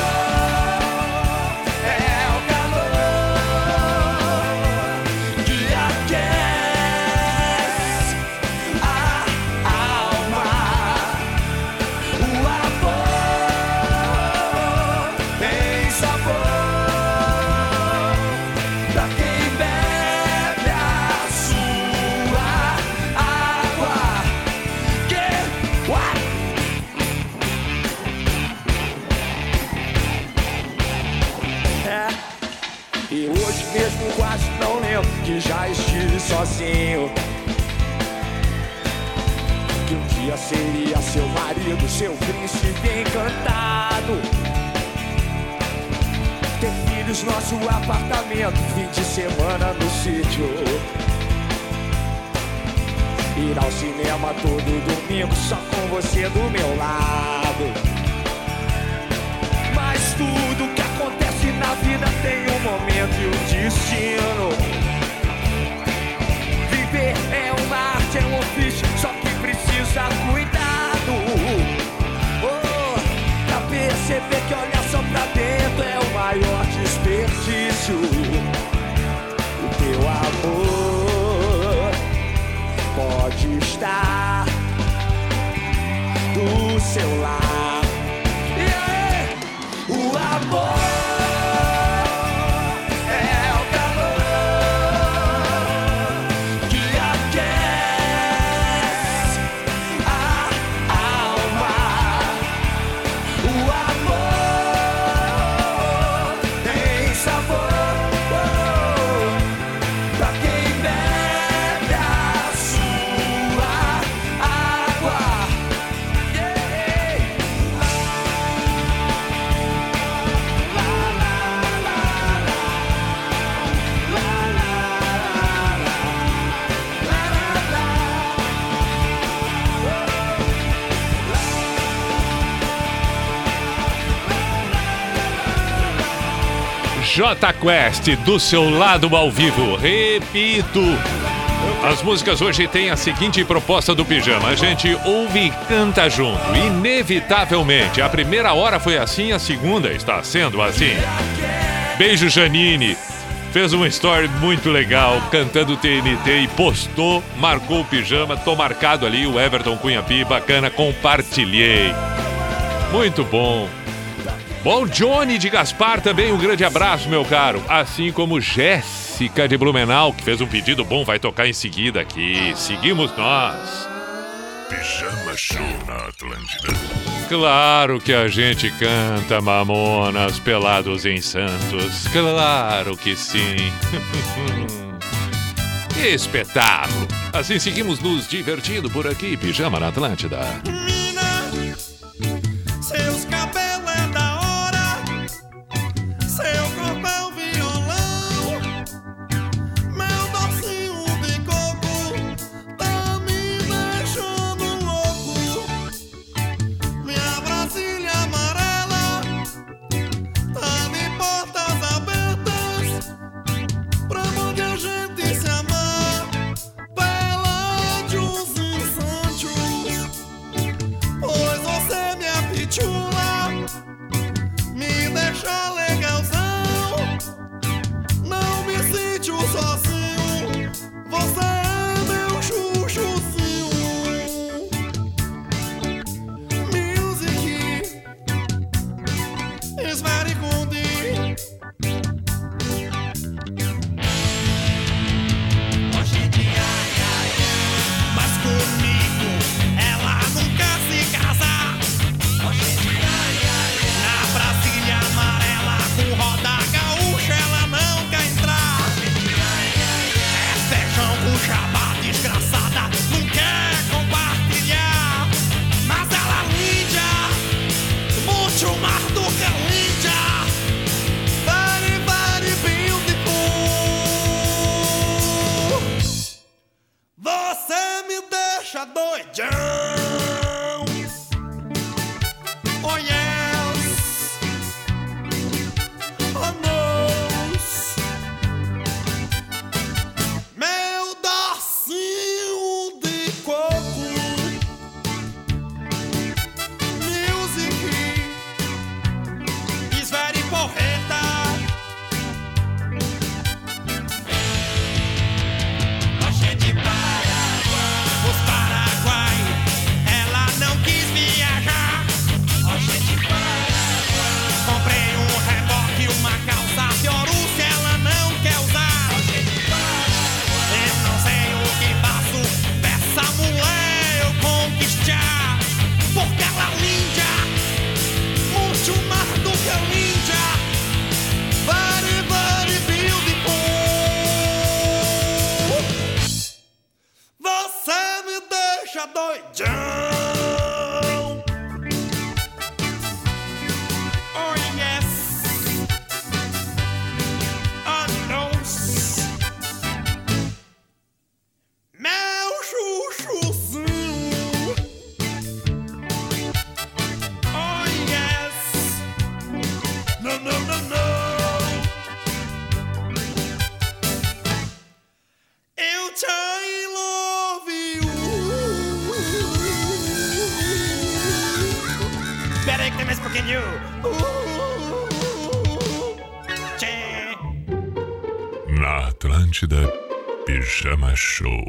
é o calor que aquece a alma. O amor tem sabor pra quem bebe a sua água. É, e hoje mesmo quase não lembro que já estive sozinho. Que um dia seria seu marido, seu príncipe encantado. Ter filhos, nosso apartamento, fim de semana no sítio. Ir ao cinema todo domingo só com você do meu lado. Mas tudo que acontece na vida tem um momento e um destino. Viver é uma arte, é um ofício, só que precisa cuidado. Oh, pra perceber que olhar só pra dentro é o maior desperdício. O teu amor pode estar do seu lado. O amor é o calor que aquece a alma. O amor tem sabor pra quem bebe a sua água. J Quest, do seu lado ao vivo. Repito, as músicas hoje têm a seguinte proposta do Pijama: a gente ouve e canta junto, inevitavelmente. A primeira hora foi assim, a segunda está sendo assim. Beijo, Janine. Fez uma story muito legal, cantando TNT e postou, marcou o Pijama. Tô marcado ali, o Everton Cunha Pi, bacana, compartilhei. Muito bom. Bom, Johnny de Gaspar também, um grande abraço, meu caro. Assim como Jéssica de Blumenau, que fez um pedido bom, vai tocar em seguida aqui. Seguimos nós. Pijama Show na Atlântida. Claro que a gente canta Mamonas Pelados em Santos. Claro que sim. Que espetáculo. Assim seguimos nos divertindo por aqui, Pijama na Atlântida. Seus cabelos é da hora, seu corpo é o violão, meu docinho de coco tá me deixando louco. Minha Brasília amarela tá de portas abertas pra onde a gente se amar, pela de uns instantes. deixa doidão. Oh yes, oh no. Meu chuchuzinho. Oh yes, no no no no. Eu te love you. Pera aí que tem mais um pouquinho. Na Atlântida, Pijama Show.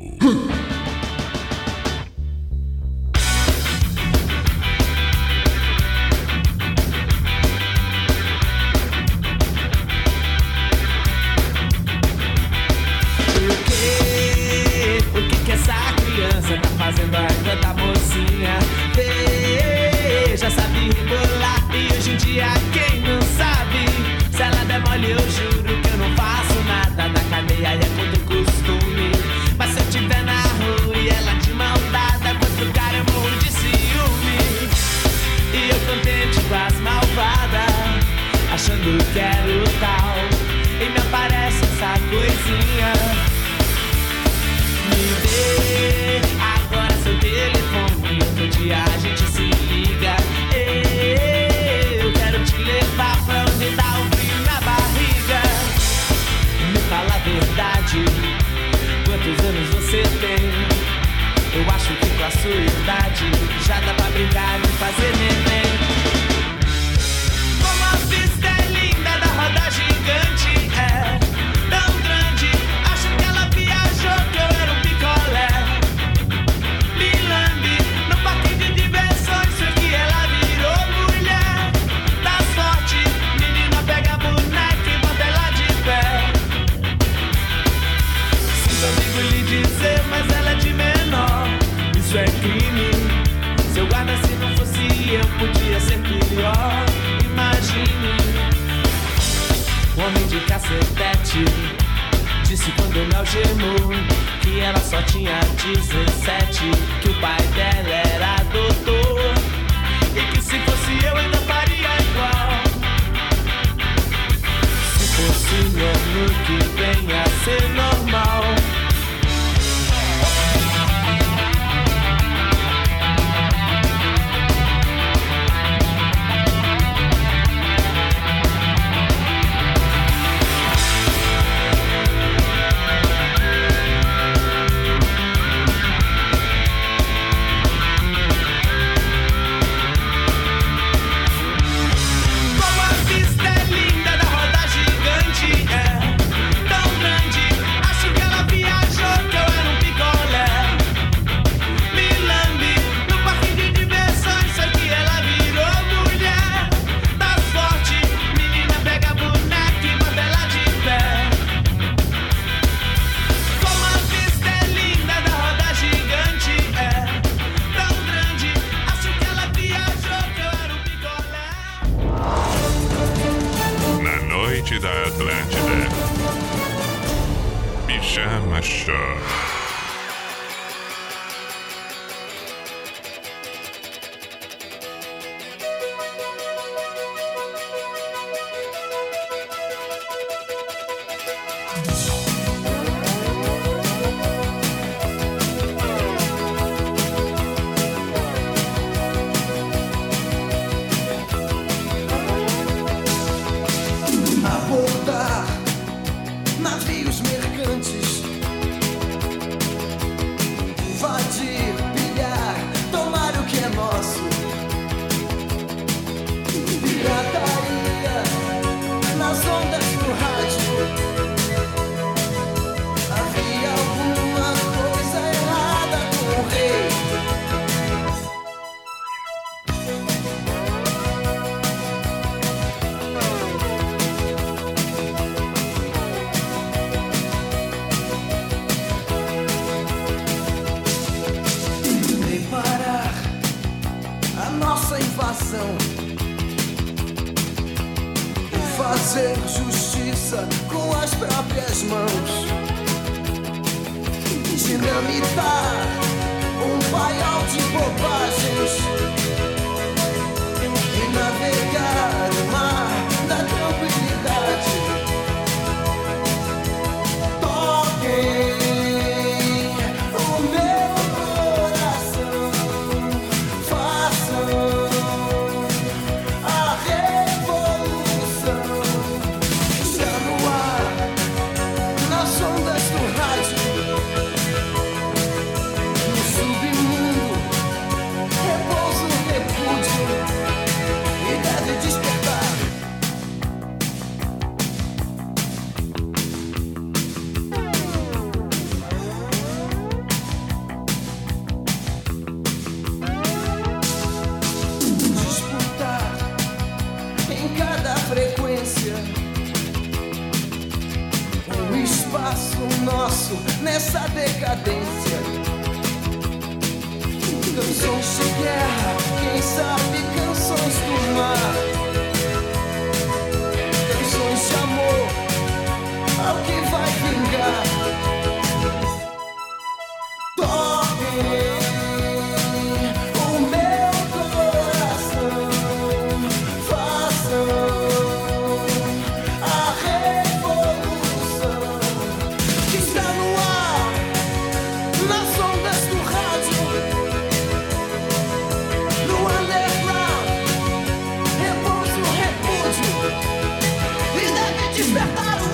O que essa criança tá fazendo ainda da mocinha? Já sabe rebolar e hoje em dia quem não sabe? Se ela der mole eu juro que eu não faço nada. Da cadeia é contra o costume. Mas se eu tiver na rua e ela de mão dada com outro cara eu morro de ciúme. E eu contente com as malvadas, achando que era o tal. E me aparece essa coisinha. Me dê agora seu telefone, outro dia a gente se liga. Eu quero te levar pra onde dá o frio na barriga. Me fala a verdade, quantos anos você tem? Eu acho que com a sua idade já dá pra brincar de fazer neném. Como a pista é linda da roda gigante, é tão grande, acho que ela viajou que eu era um picolé. Me lambe no parque de diversões, sei que ela virou mulher. Tá sorte, menina pega a boneca e bota ela de pé. Sinto amigo lhe dizer, mas ela é de menor, isso é crime. Seu guarda se não fosse eu podia ser pior. Imagine um homem de cacetete disse quando me algemou que ela só tinha 17, que o pai dela era doutor e que se fosse eu ainda faria igual. Se fosse no ano que vem a ser normal. Da Atlântida, Pijama Show. Abordar navios mercantes, invadir, pilhar, tomar o que é nosso. Pirataria nas ondas do rádio. Havia alguma coisa errada com o rei. E fazer justiça com as próprias mãos. Dinamitar um país espaço nosso nessa decadência. Canções de guerra, quem sabe canções do mar. Canções de amor, ao que vai vingar. Toquem o meu coração, façam a revolução que está no ar, nas ondas do rádio, no underground, repouso, repúdio, e deve despertar o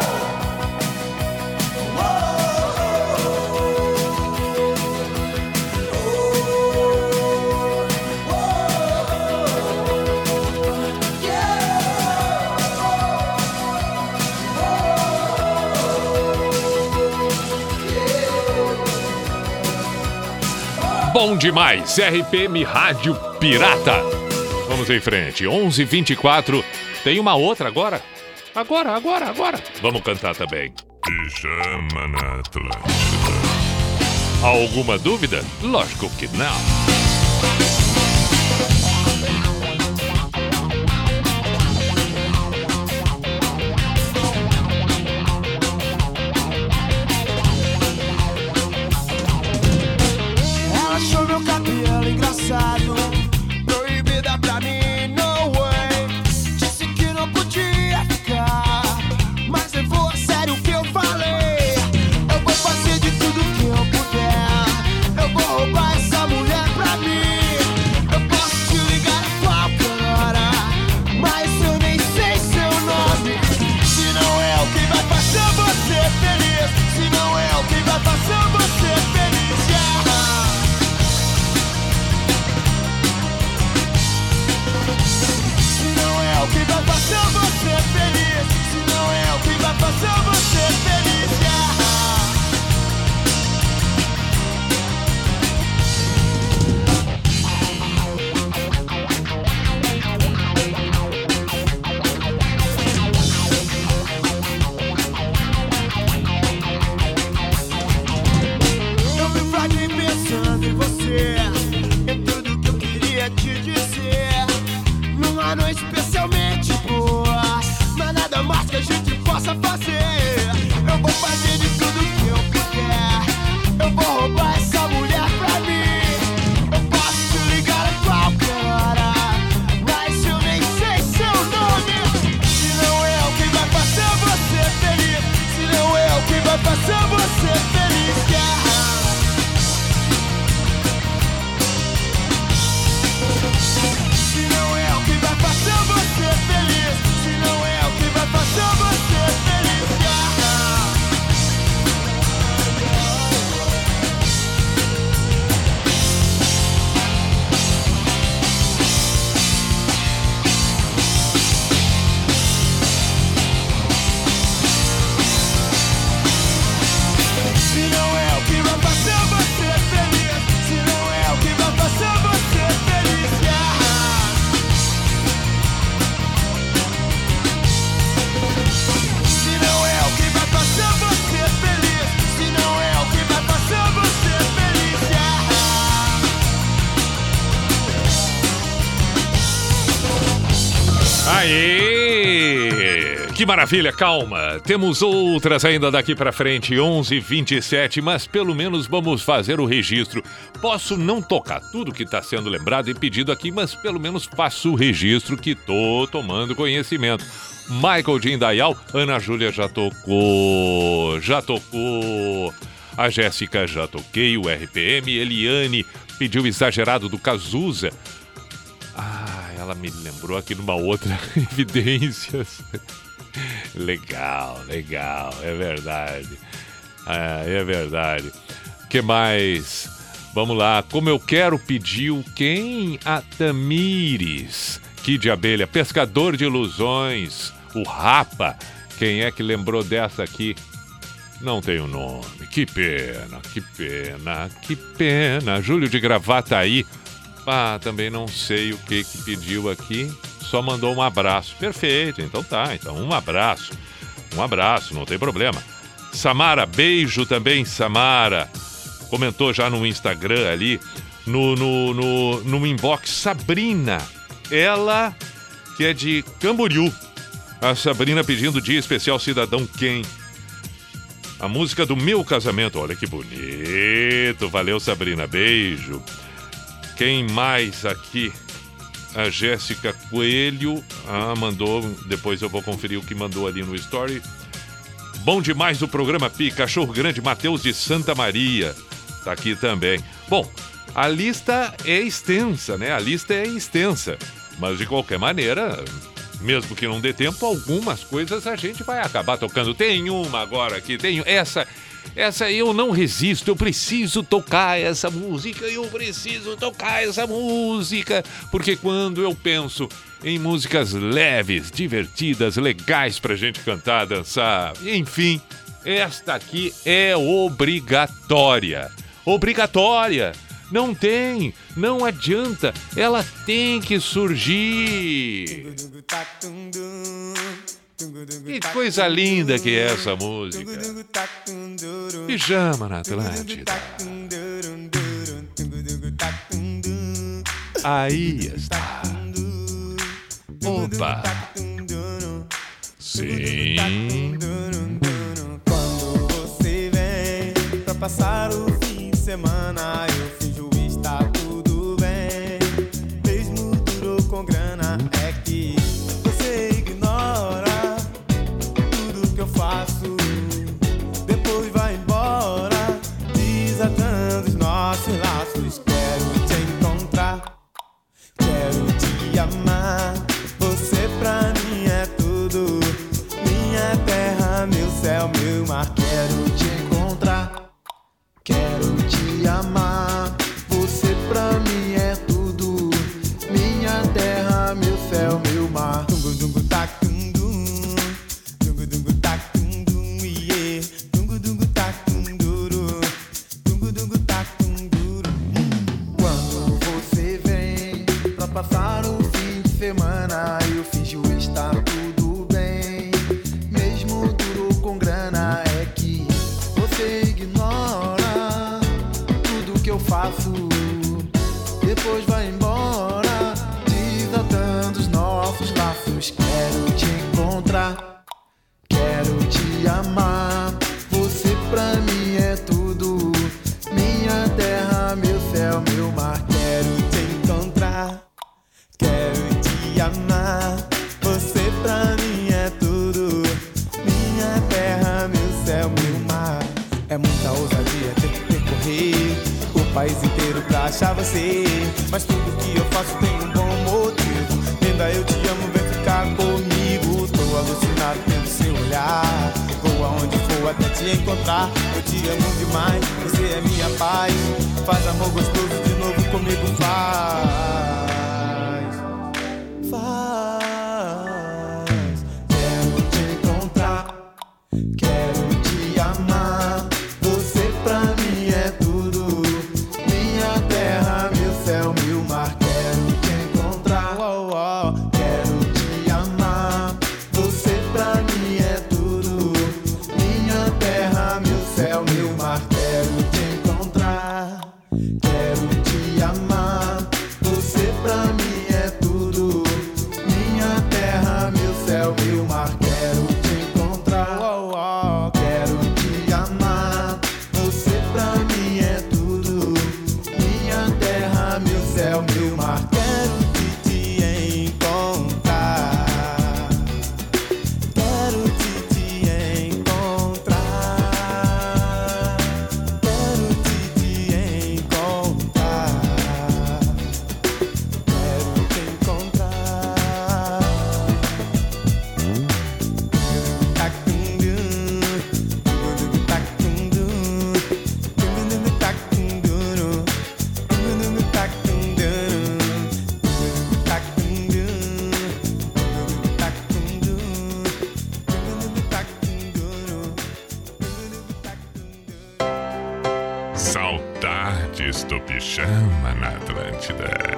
Bom demais, RPM Rádio Pirata. Vamos em frente, 11h24. Tem uma outra agora? Agora. Vamos cantar também. Pijama na Atlântida. Alguma dúvida? Lógico que não. Ela achou meu cabelo engraçado, proibida pra mim, no way. Disse que não podia ficar, mas levou a sério o que eu falei. Eu vou fazer de tudo que eu puder, eu vou roubar essa mulher pra mim. Eu posso te ligar a qualquer hora, mas eu nem sei seu nome. Se não é o que vai fazer você feliz, se não é o que vai fazer você feliz, se não é o que vai fazer você feliz, se não é o que vai fazer você feliz, eu me flagrei pensando em você, em tudo que eu queria te dizer. Numa noite especialmente boa, mas nada mais que a gente possa fazer. Eu vou fazer de tudo que eu puder, eu vou roubar essa mulher pra mim. Eu posso te ligar a qualquer hora, mas eu nem sei seu nome. Se não é o que vai fazer você feliz, se não é o que vai fazer você feliz, se não é o que vai fazer você feliz, se não é o que vai fazer você feliz, se não é o que vai fazer você feliz, se não é o que vai fazer você feliz, se não é o que vai fazer você feliz, se não é o que vai fazer você feliz, Aê! Que maravilha, calma. Temos outras ainda daqui pra frente, 11h27, mas pelo menos vamos fazer o registro. Posso não tocar tudo que está sendo lembrado e pedido aqui, mas pelo menos faço o registro que tô tomando conhecimento. Michael de Indaial, Ana Júlia já tocou. A Jéssica já toquei, o RPM, Eliane pediu Exagerado do Cazuza. Ela me lembrou aqui numa outra Evidências. Legal, é verdade. É verdade. Que mais? Vamos lá. Como eu quero pediu quem? A Tamires. Kid Abelha, Pescador de Ilusões. O Rapa. Quem é que lembrou dessa aqui? Não tem o nome. Que pena. Júlio de Gravataí. Também não sei o que pediu aqui. Só mandou um abraço. Perfeito, então tá. Então um abraço, não tem problema. Samara, beijo também, Samara. Comentou já no Instagram ali, no inbox, Sabrina. Ela que é de Camboriú. A Sabrina pedindo dia especial Cidadão Quem. A música do meu casamento. Olha que bonito. Valeu, Sabrina. Beijo. Quem mais aqui? A Jéssica Coelho. Mandou. Depois eu vou conferir o que mandou ali no story. Bom demais o programa Pi. Cachorro Grande, Matheus de Santa Maria. Tá aqui também. Bom, a lista é extensa, né? A lista é extensa. Mas de qualquer maneira, mesmo que não dê tempo, algumas coisas a gente vai acabar tocando. Tem uma agora aqui, tem essa eu não resisto, eu preciso tocar essa música, porque quando eu penso em músicas leves, divertidas, legais pra gente cantar, dançar, enfim, esta aqui é obrigatória. Não adianta, ela tem que surgir. Que coisa linda que é essa música. Pijama na Atlântida. Aí está. Opa. Sim. Quando você vem pra passar o fim de semana, eu finjo estar tudo bem. Mesmo duro com grana, é que você ignora tudo que eu faço. Depois vai embora, desatando os nossos laços. Quero te encontrar, quero te amar. Você pra mim é tudo, minha terra, meu céu, meu mar. Quero te encontrar, quero te amar. Você pra mim é tudo, minha terra, meu céu, meu mar. Dungu dungu tac dum, dungu dungu tac dum, yeah. Dungu dungu tac duro, dungu dungu tac duro. Quando você vem pra passar o fim de semana, eu finjo estar tudo bem. Mesmo duro com grana, é que você ignora tudo que eu faço. Depois vai embora, desatando os nossos laços. Quero te encontrar, quero te amar. Você pra mim é tudo, minha terra, meu céu, meu mar. Quero te encontrar, quero te amar. Você pra mim é tudo, minha terra, meu céu, meu mar. É muita ousadia ter que percorrer o país inteiro pra achar você. Mas tudo que eu faço tem um bom motivo. Linda, eu te amo, vem ficar comigo. Tô alucinado pelo seu olhar. Vou aonde for até te encontrar. Eu te amo demais, você é minha paz. Faz amor gostoso de novo comigo, faz. Quero te encontrar, quero te amar. Você pra mim é tudo, minha terra, meu céu, meu mar. Quero te encontrar, quero te amar. Você pra mim é tudo, minha terra, meu céu, meu mar. Quero te encontrar, quero te amar. Você pra mim é tudo, minha terra, meu céu, meu mar. Quero te encontrar, quero te amar. Você pra mim é tudo, minha terra, meu céu, meu mar. Quero te encontrar, quero te encontrar, quero te encontrar, quero te encontrar. Saudades do Pijama na Atlântida.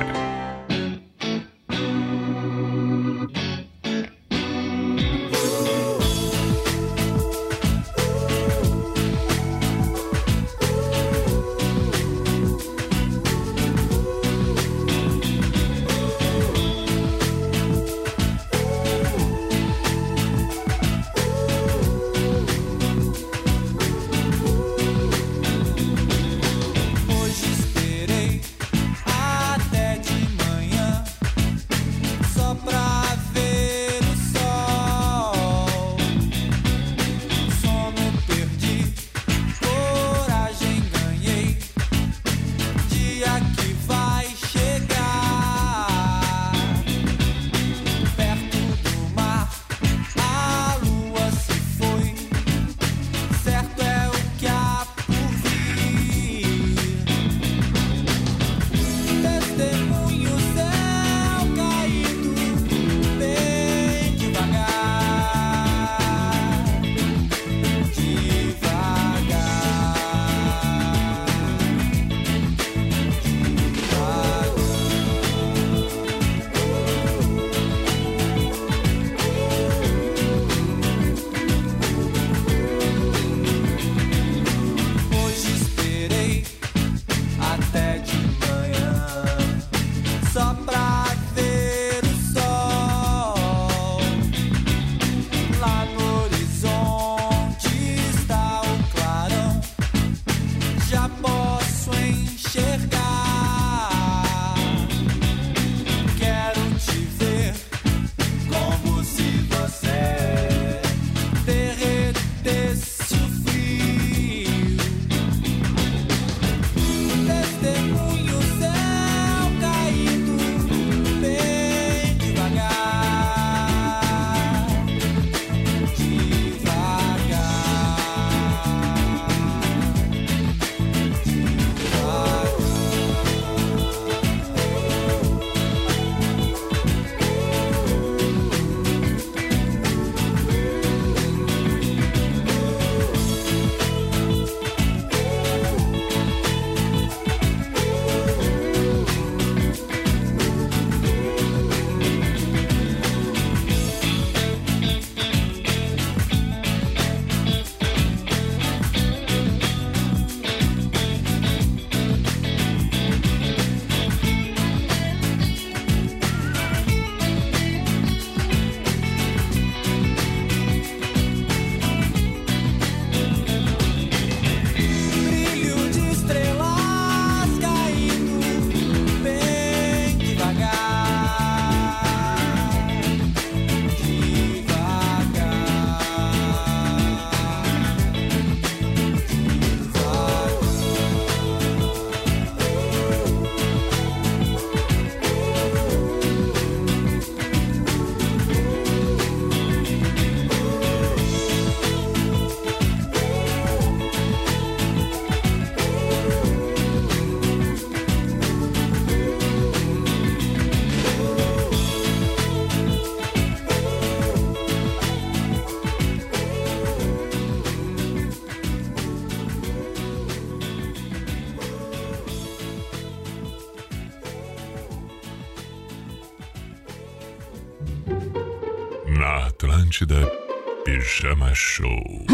Na Atlântida Pijama Show.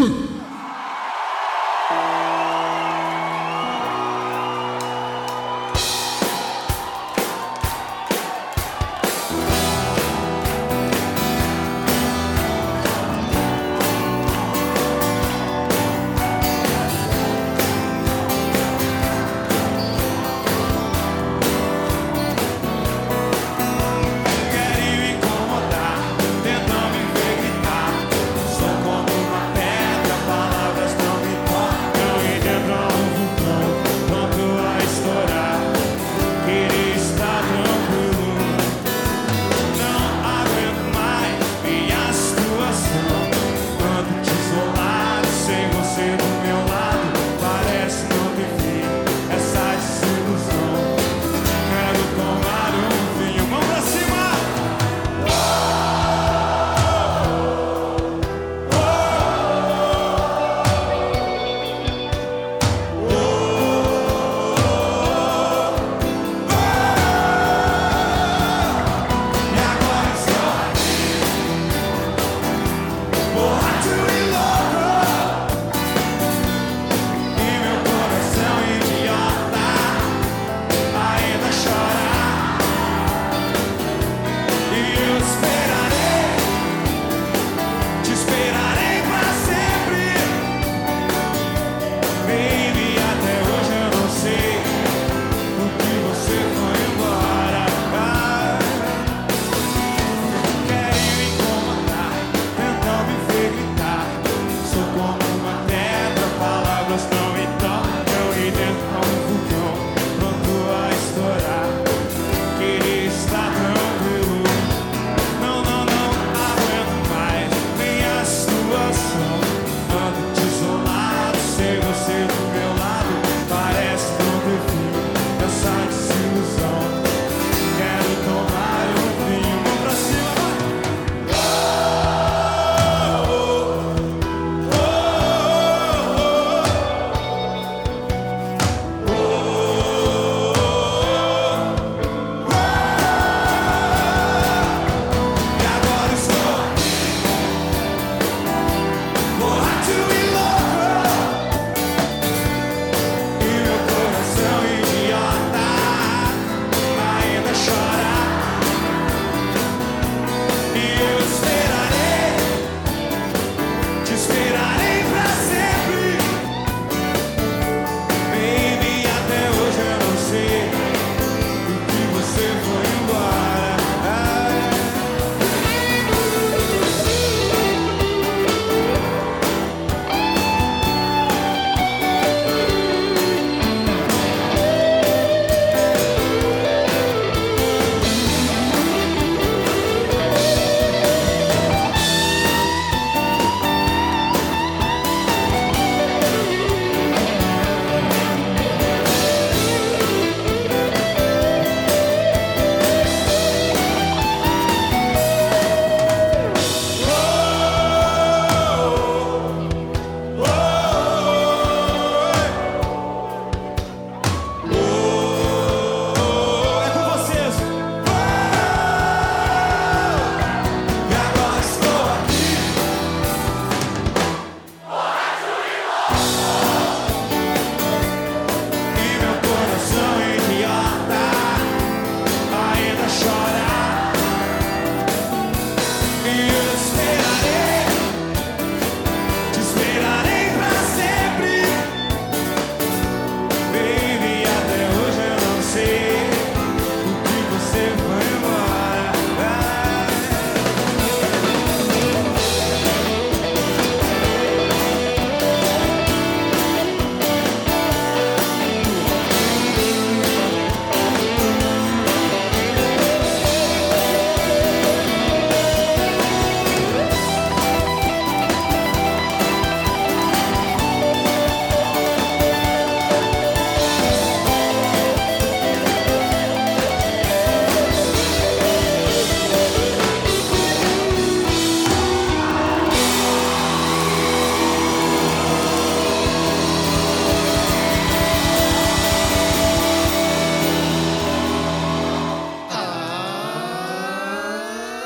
Tentando me ver gritar, sou como uma pedra.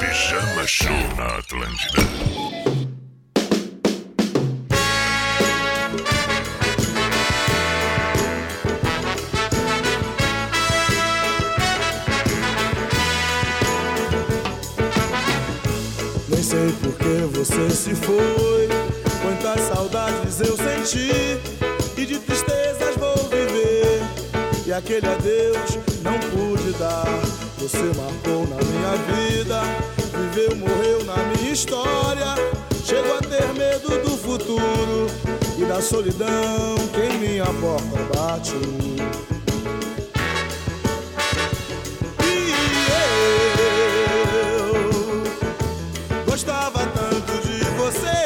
Pijama Show na Atlântida. Nem sei por que você se foi, quantas saudades eu senti, e de tristezas vou viver, e aquele adeus não pude dar. Você marcou na minha vida, viveu, morreu na minha história. Chego a ter medo do futuro e da solidão que em minha porta bate. Gostava tanto de você,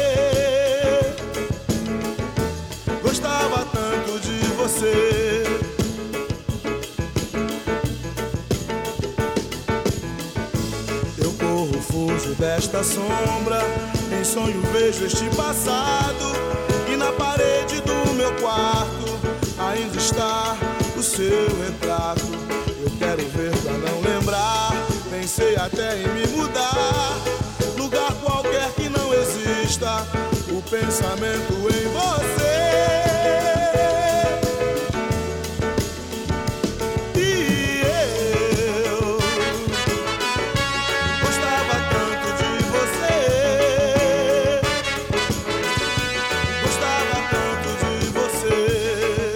gostava tanto de você. Eu corro, fujo desta sombra, em sonho vejo este passado, e na parede do meu quarto ainda está o seu retrato. Eu quero ver pra não lembrar, pensei até em me mudar, lugar qualquer que não exista o pensamento em você. E eu gostava tanto de você, gostava tanto de você.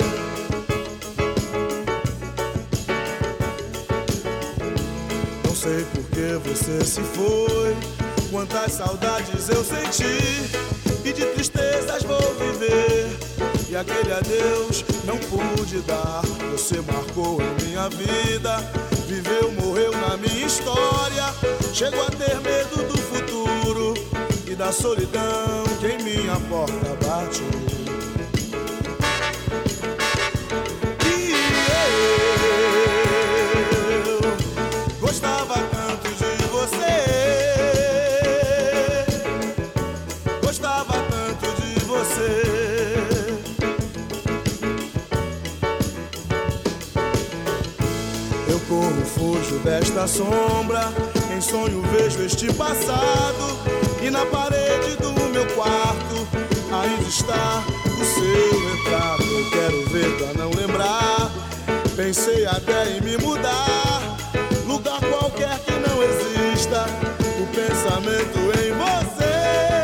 Não sei por que você se foi, quantas saudades eu senti, e de tristezas vou viver, e aquele adeus não pude dar. Você marcou em minha vida, viveu, morreu na minha história. Chego a ter medo do futuro e da solidão que em minha porta bate. E eu gostava tanto de você, gostava tanto de você. Eu corro, fujo desta sombra, em sonho vejo este passado, e na parede do meu quarto ainda está o seu retrato. Eu quero ver pra não lembrar, pensei até em me mudar, lugar qualquer que não exista o pensamento em você.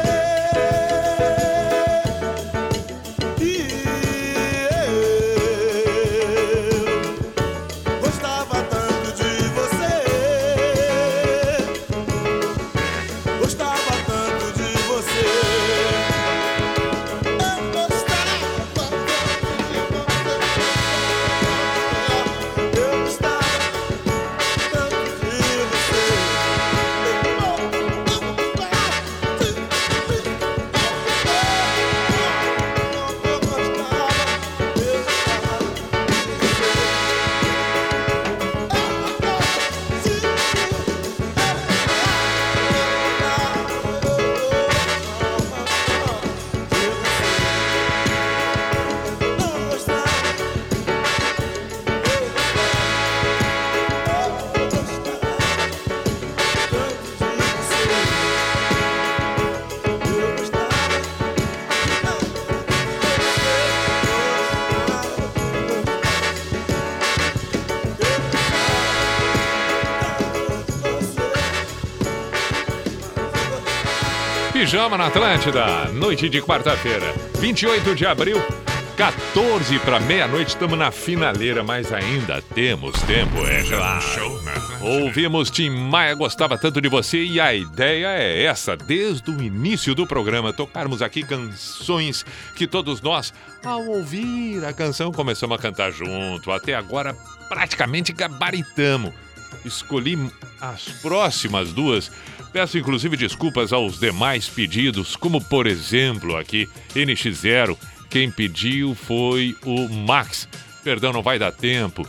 Pijama na Atlântida, noite de quarta-feira, 28 de abril, 14 para meia-noite, estamos na finaleira, mas ainda temos tempo, é claro. Ouvimos Tim Maia, gostava tanto de você, e a ideia é essa, desde o início do programa, tocarmos aqui canções que todos nós, ao ouvir a canção, começamos a cantar junto. Até agora, praticamente gabaritamos. Escolhi as próximas duas. Peço inclusive desculpas aos demais pedidos, como por exemplo aqui, NX0. Quem pediu foi o Max. Perdão, não vai dar tempo.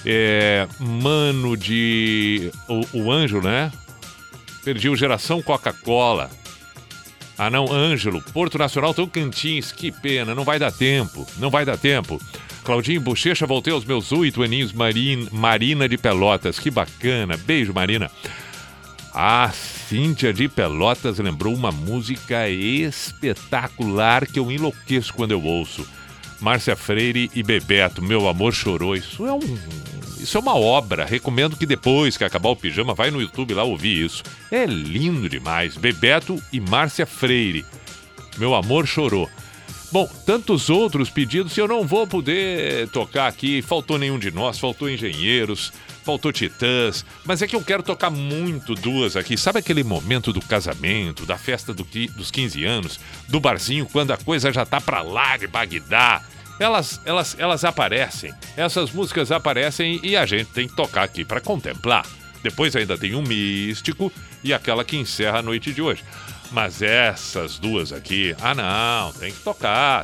Mano de... O Ângelo, né? Perdi o Geração Coca-Cola. Ah não, Ângelo. Porto Nacional Tocantins. Que pena, não vai dar tempo. Não vai dar tempo. Claudinho Bochecha, voltei aos meus 8 aninhos. Marina de Pelotas. Que bacana. Beijo, Marina. A Cíntia de Pelotas lembrou uma música espetacular que eu enlouqueço quando eu ouço. Márcia Freire e Bebeto, Meu Amor Chorou. Isso é uma obra. Recomendo que depois que acabar o pijama, vai no YouTube lá ouvir isso. É lindo demais. Bebeto e Márcia Freire, Meu Amor Chorou. Bom, tantos outros pedidos eu não vou poder tocar aqui. Faltou Nenhum de Nós, faltou Engenheiros, faltou Titãs. Mas é que eu quero tocar muito duas aqui. Sabe aquele momento do casamento, da festa dos 15 anos, do barzinho, quando a coisa já tá pra lá de Bagdá? Elas aparecem. Essas músicas aparecem e a gente tem que tocar aqui pra contemplar. Depois ainda tem um Místico e aquela que encerra a noite de hoje. Mas essas duas aqui, não, tem que tocar.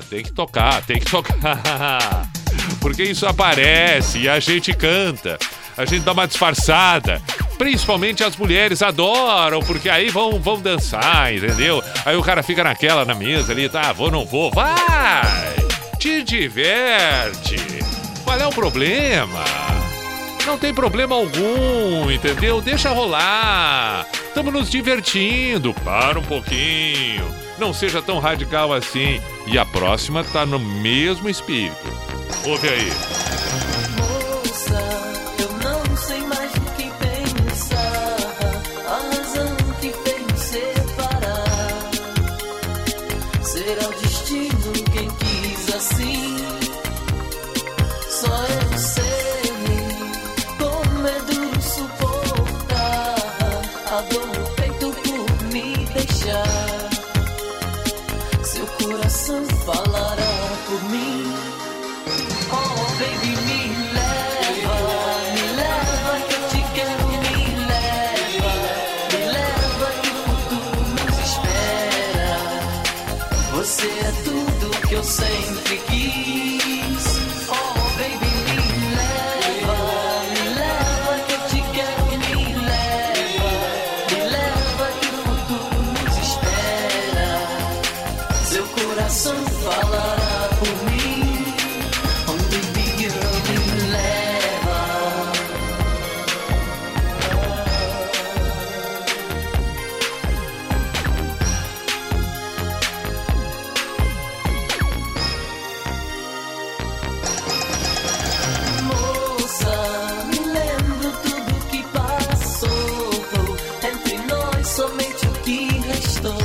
Porque isso aparece e a gente canta, a gente dá uma disfarçada. Principalmente as mulheres adoram, porque aí vão dançar, entendeu? Aí o cara fica naquela na mesa ali, tá, vou, não vou, vai! Te diverte! Qual é o problema? Não tem problema algum, entendeu? Deixa rolar. Estamos nos divertindo. Para um pouquinho. Não seja tão radical assim. E a próxima tá no mesmo espírito. Ouve aí. Moça, eu não sei mais o que pensar. A razão que fez me separar. Será o destino quem quis assim. Só eu sei. A dor no peito por me deixar. Seu coração falará por mim. Oh, baby, me leva que eu te quero. Me leva que o futuro nos espera. Você é tudo que eu sempre quis. Oh, baby, me leva que eu te quero. Coração falará por mim. Oh, baby girl, me leva. Moça, me lembro tudo que passou. Entre nós somente o que restou.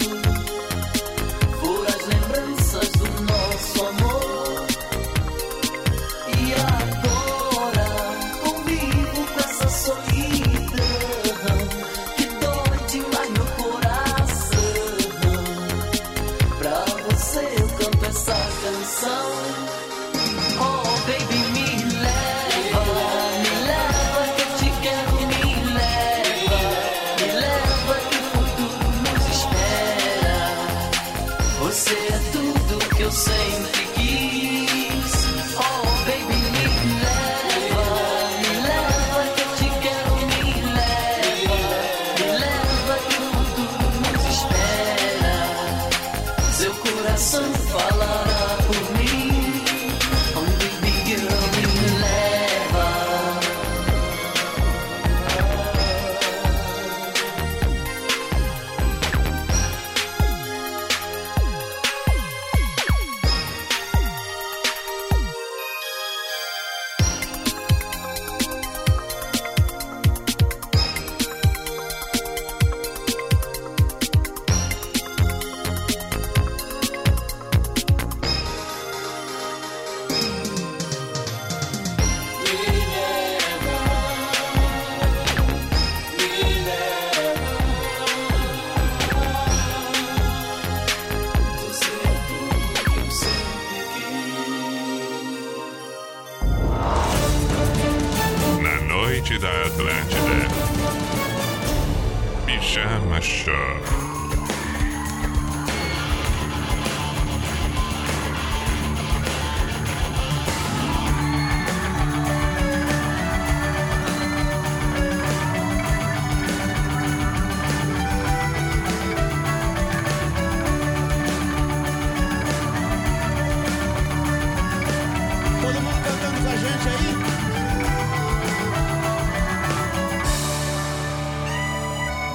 Eu sempre quis. Oh, baby, me leva que eu te quero. Me leva que o futuro nos espera. Seu coração falará por mim. Oh, baby girl, me leva. Da Atlântida. Pijama Show. Todo mundo cantando com a gente aí?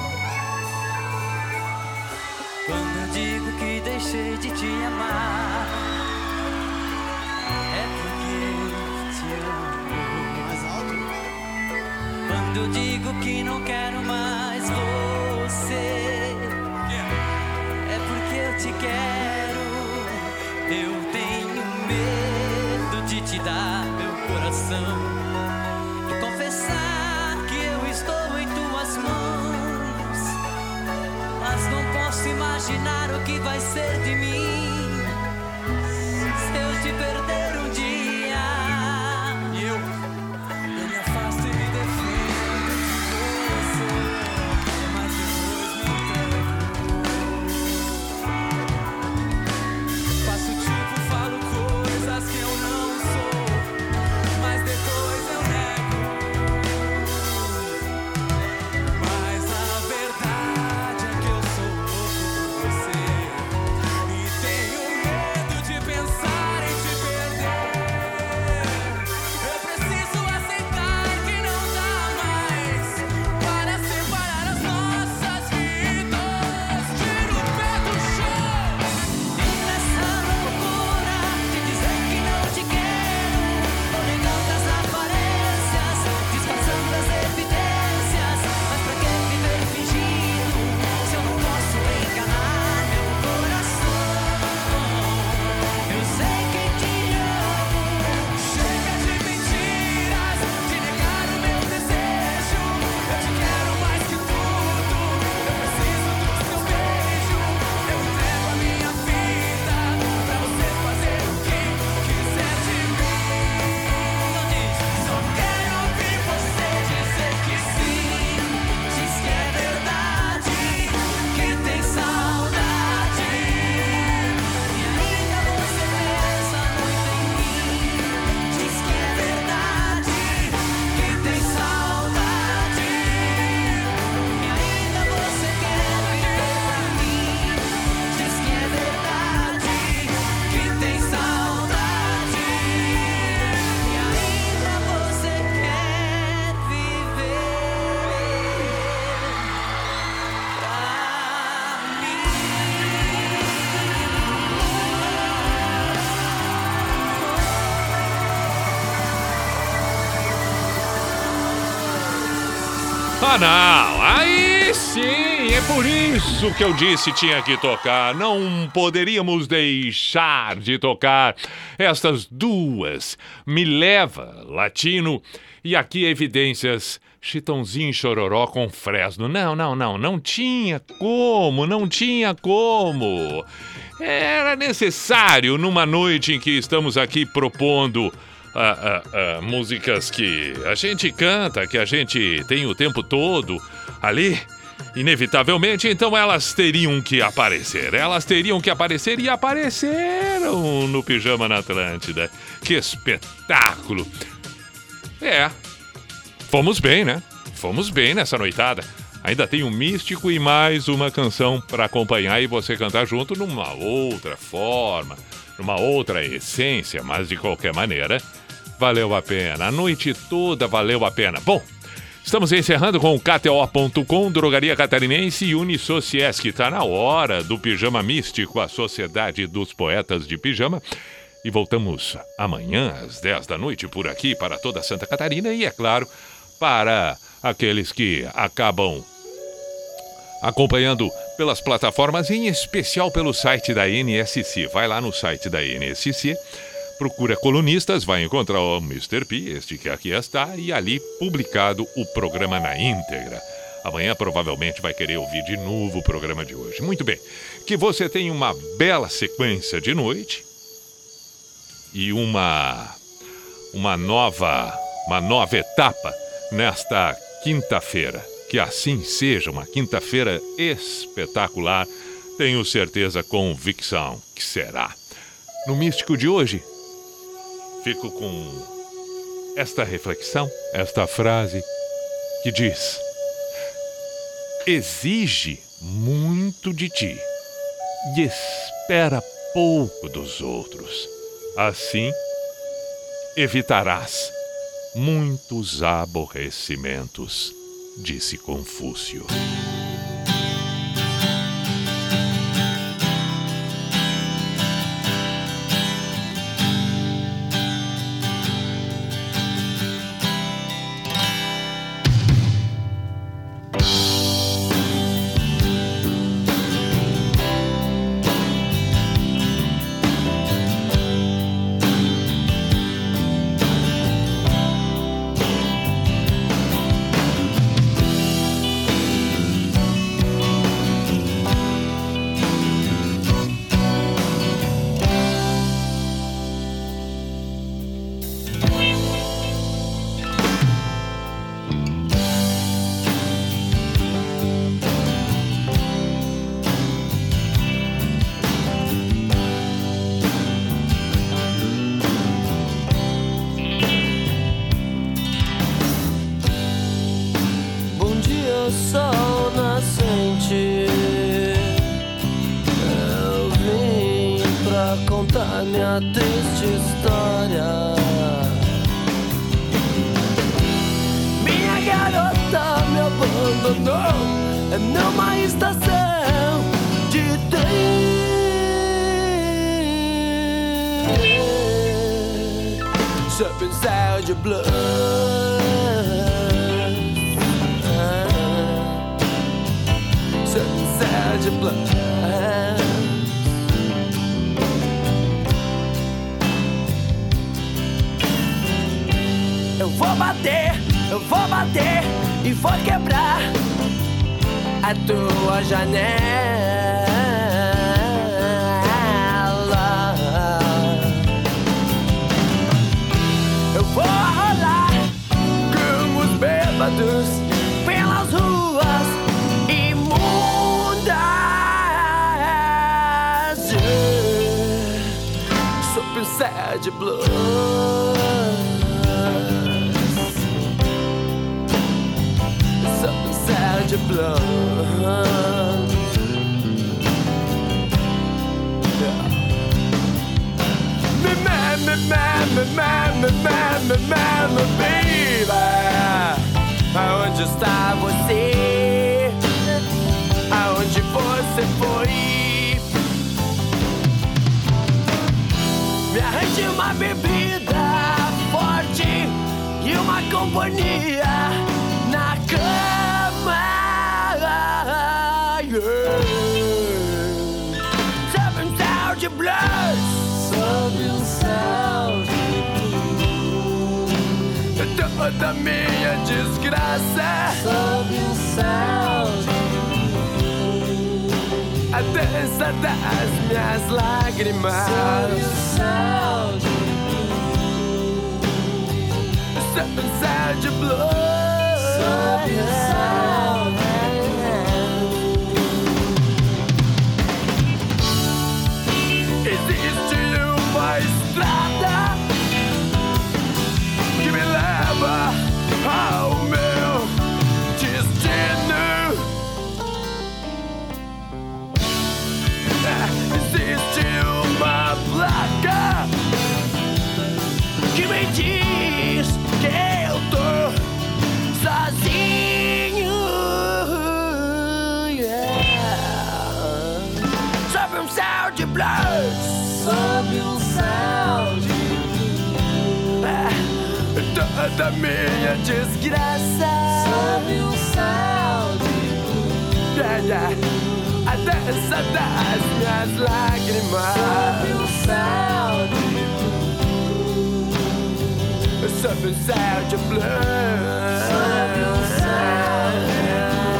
Quando digo que não quero mais você, é porque eu te quero. Eu tenho medo de te dar meu coração e confessar que eu estou em tuas mãos, mas não posso imaginar o que vai ser de mim se eu te perder um dia. E eu me afasto e me defendo de você, mas depois me entrego. Faço tipo, falo coisas que eu não sou, mas depois eu nego. Mas a verdade é que eu sou louco por você e tenho medo de pensar em te perder. Eu preciso aceitar que não dá mais para separar as nossas vidas. Tira o pé do chão. E nessa loucura de dizer que não te quero, vou negando as aparências, disfarçando as evidências. Mas pra que viver fingindo se eu não posso enganar meu coração? Eu sei que te amo. Chega de mentiras, de negar o meu desejo. Eu te quero mais que tudo. Eu preciso do seu beijo. Eu entrego a minha vida pra você fazer o que quiser de mim. Não diz, só quero ouvir você dizer que sim. Diz que é verdade, que tem saudade. E ainda você pensa muito em mim. Diz que é verdade, que tem saudade. E ainda você quer viver pra mim. Diz que é verdade, que tem saudade. E ainda você quer viver Ah, não! Aí sim! É por isso que eu disse tinha que tocar. Não poderíamos deixar de tocar estas duas. Me Leva, Latino, e aqui Evidências, Chitãozinho Chororó com Fresno. Não tinha como. Era necessário, numa noite em que estamos aqui propondo músicas que a gente canta, que a gente tem o tempo todo ali, inevitavelmente, então elas teriam que aparecer. E apareceram no Pijama na Atlântida. Que espetáculo! Fomos bem, né? Fomos bem nessa noitada. Ainda tem um místico e mais uma canção para acompanhar e você cantar junto numa outra forma, numa outra essência, mas de qualquer maneira, valeu a pena. A noite toda valeu a pena. Bom, estamos encerrando com o KTO.com, Drogaria Catarinense e Unisociesc. Tá na hora do Pijama Místico, a Sociedade dos Poetas de Pijama. E voltamos amanhã às 10 da noite por aqui para toda Santa Catarina e, é claro, para aqueles que acabam acompanhando pelas plataformas, em especial pelo site da NSC. Vai lá no site da NSC, procura Colunistas, vai encontrar o Mr. P, este que aqui está, e ali publicado o programa na íntegra. Amanhã provavelmente vai querer ouvir de novo o programa de hoje. Muito bem, que você tenha uma bela sequência de noite e uma nova etapa nesta quinta-feira. Que assim seja, uma quinta-feira espetacular. Tenho certeza, convicção que será. No Místico de hoje, fico com esta reflexão, esta frase que diz: exige muito de ti e espera pouco dos outros. Assim, evitarás muitos aborrecimentos, disse Confúcio. do sol nascente. Eu vim pra contar minha triste história. Minha garota me abandonou numa estação de trem. Sob um céu de blues, sob um céu de blues. Eu vou bater e vou quebrar a tua janela. Eu vou rolar com os bêbados pelas ruas imundas, sob um céu de blues. De blues. Baby, aonde está você? Aonde você foi? Me arranje uma bebida forte e uma companhia na cama. Sob um céu de blues, sob um céu de blues, toda minha desgraça, sob um céu de blues, a dança das minhas lágrimas, sob um céu de blues, sob um céu de blues, sob um céu de blues. Existe uma estrada que me leva ao meu destino. Existe uma placa que me diz que eu tô sozinho. Sob um céu de blues, sob um céu de blues, toda minha desgraça, sob um céu de blues, a dança das minhas lágrimas, sob um céu de blues, sob um céu de blues, sob um céu de blues.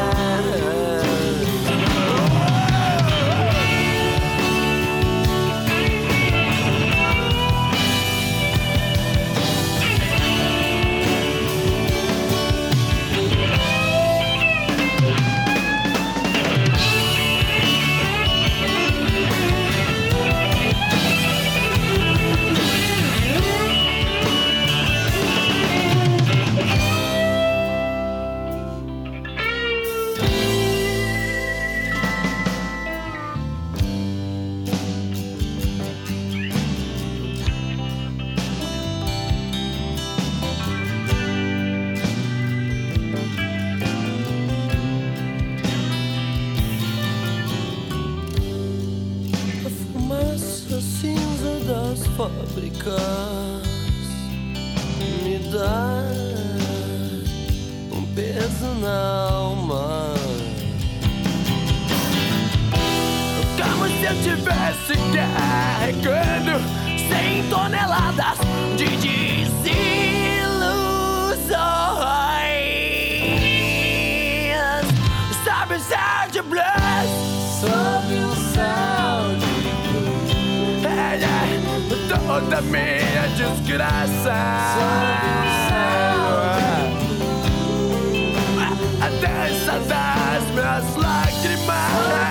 Fábricas me dá um peso na alma, como se eu tivesse carregando 100 toneladas de desilusões. Sob um céu de blues, sob um céu de toda minha desgraça, a dança das minhas lágrimas,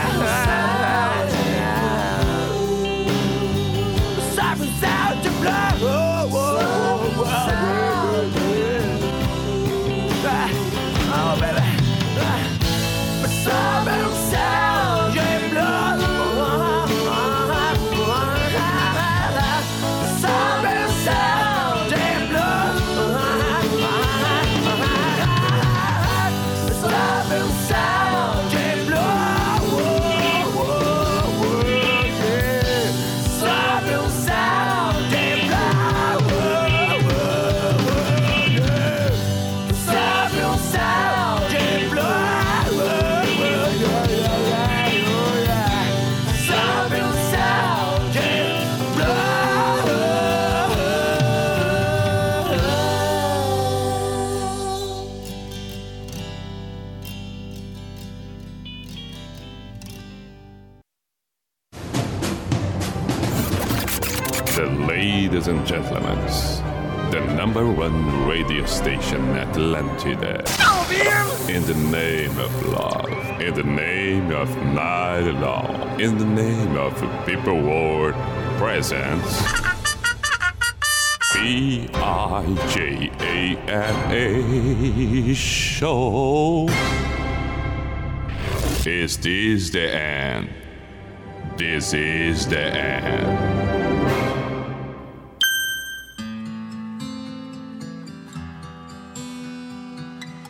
sob um céu de blues, oh baby. Ladies and gentlemen, the number one radio station, Atlantida. In the name of love, in the name of night long, in the name of people world presence. P-I-J-A-N-A show. Is this the end? This is the end.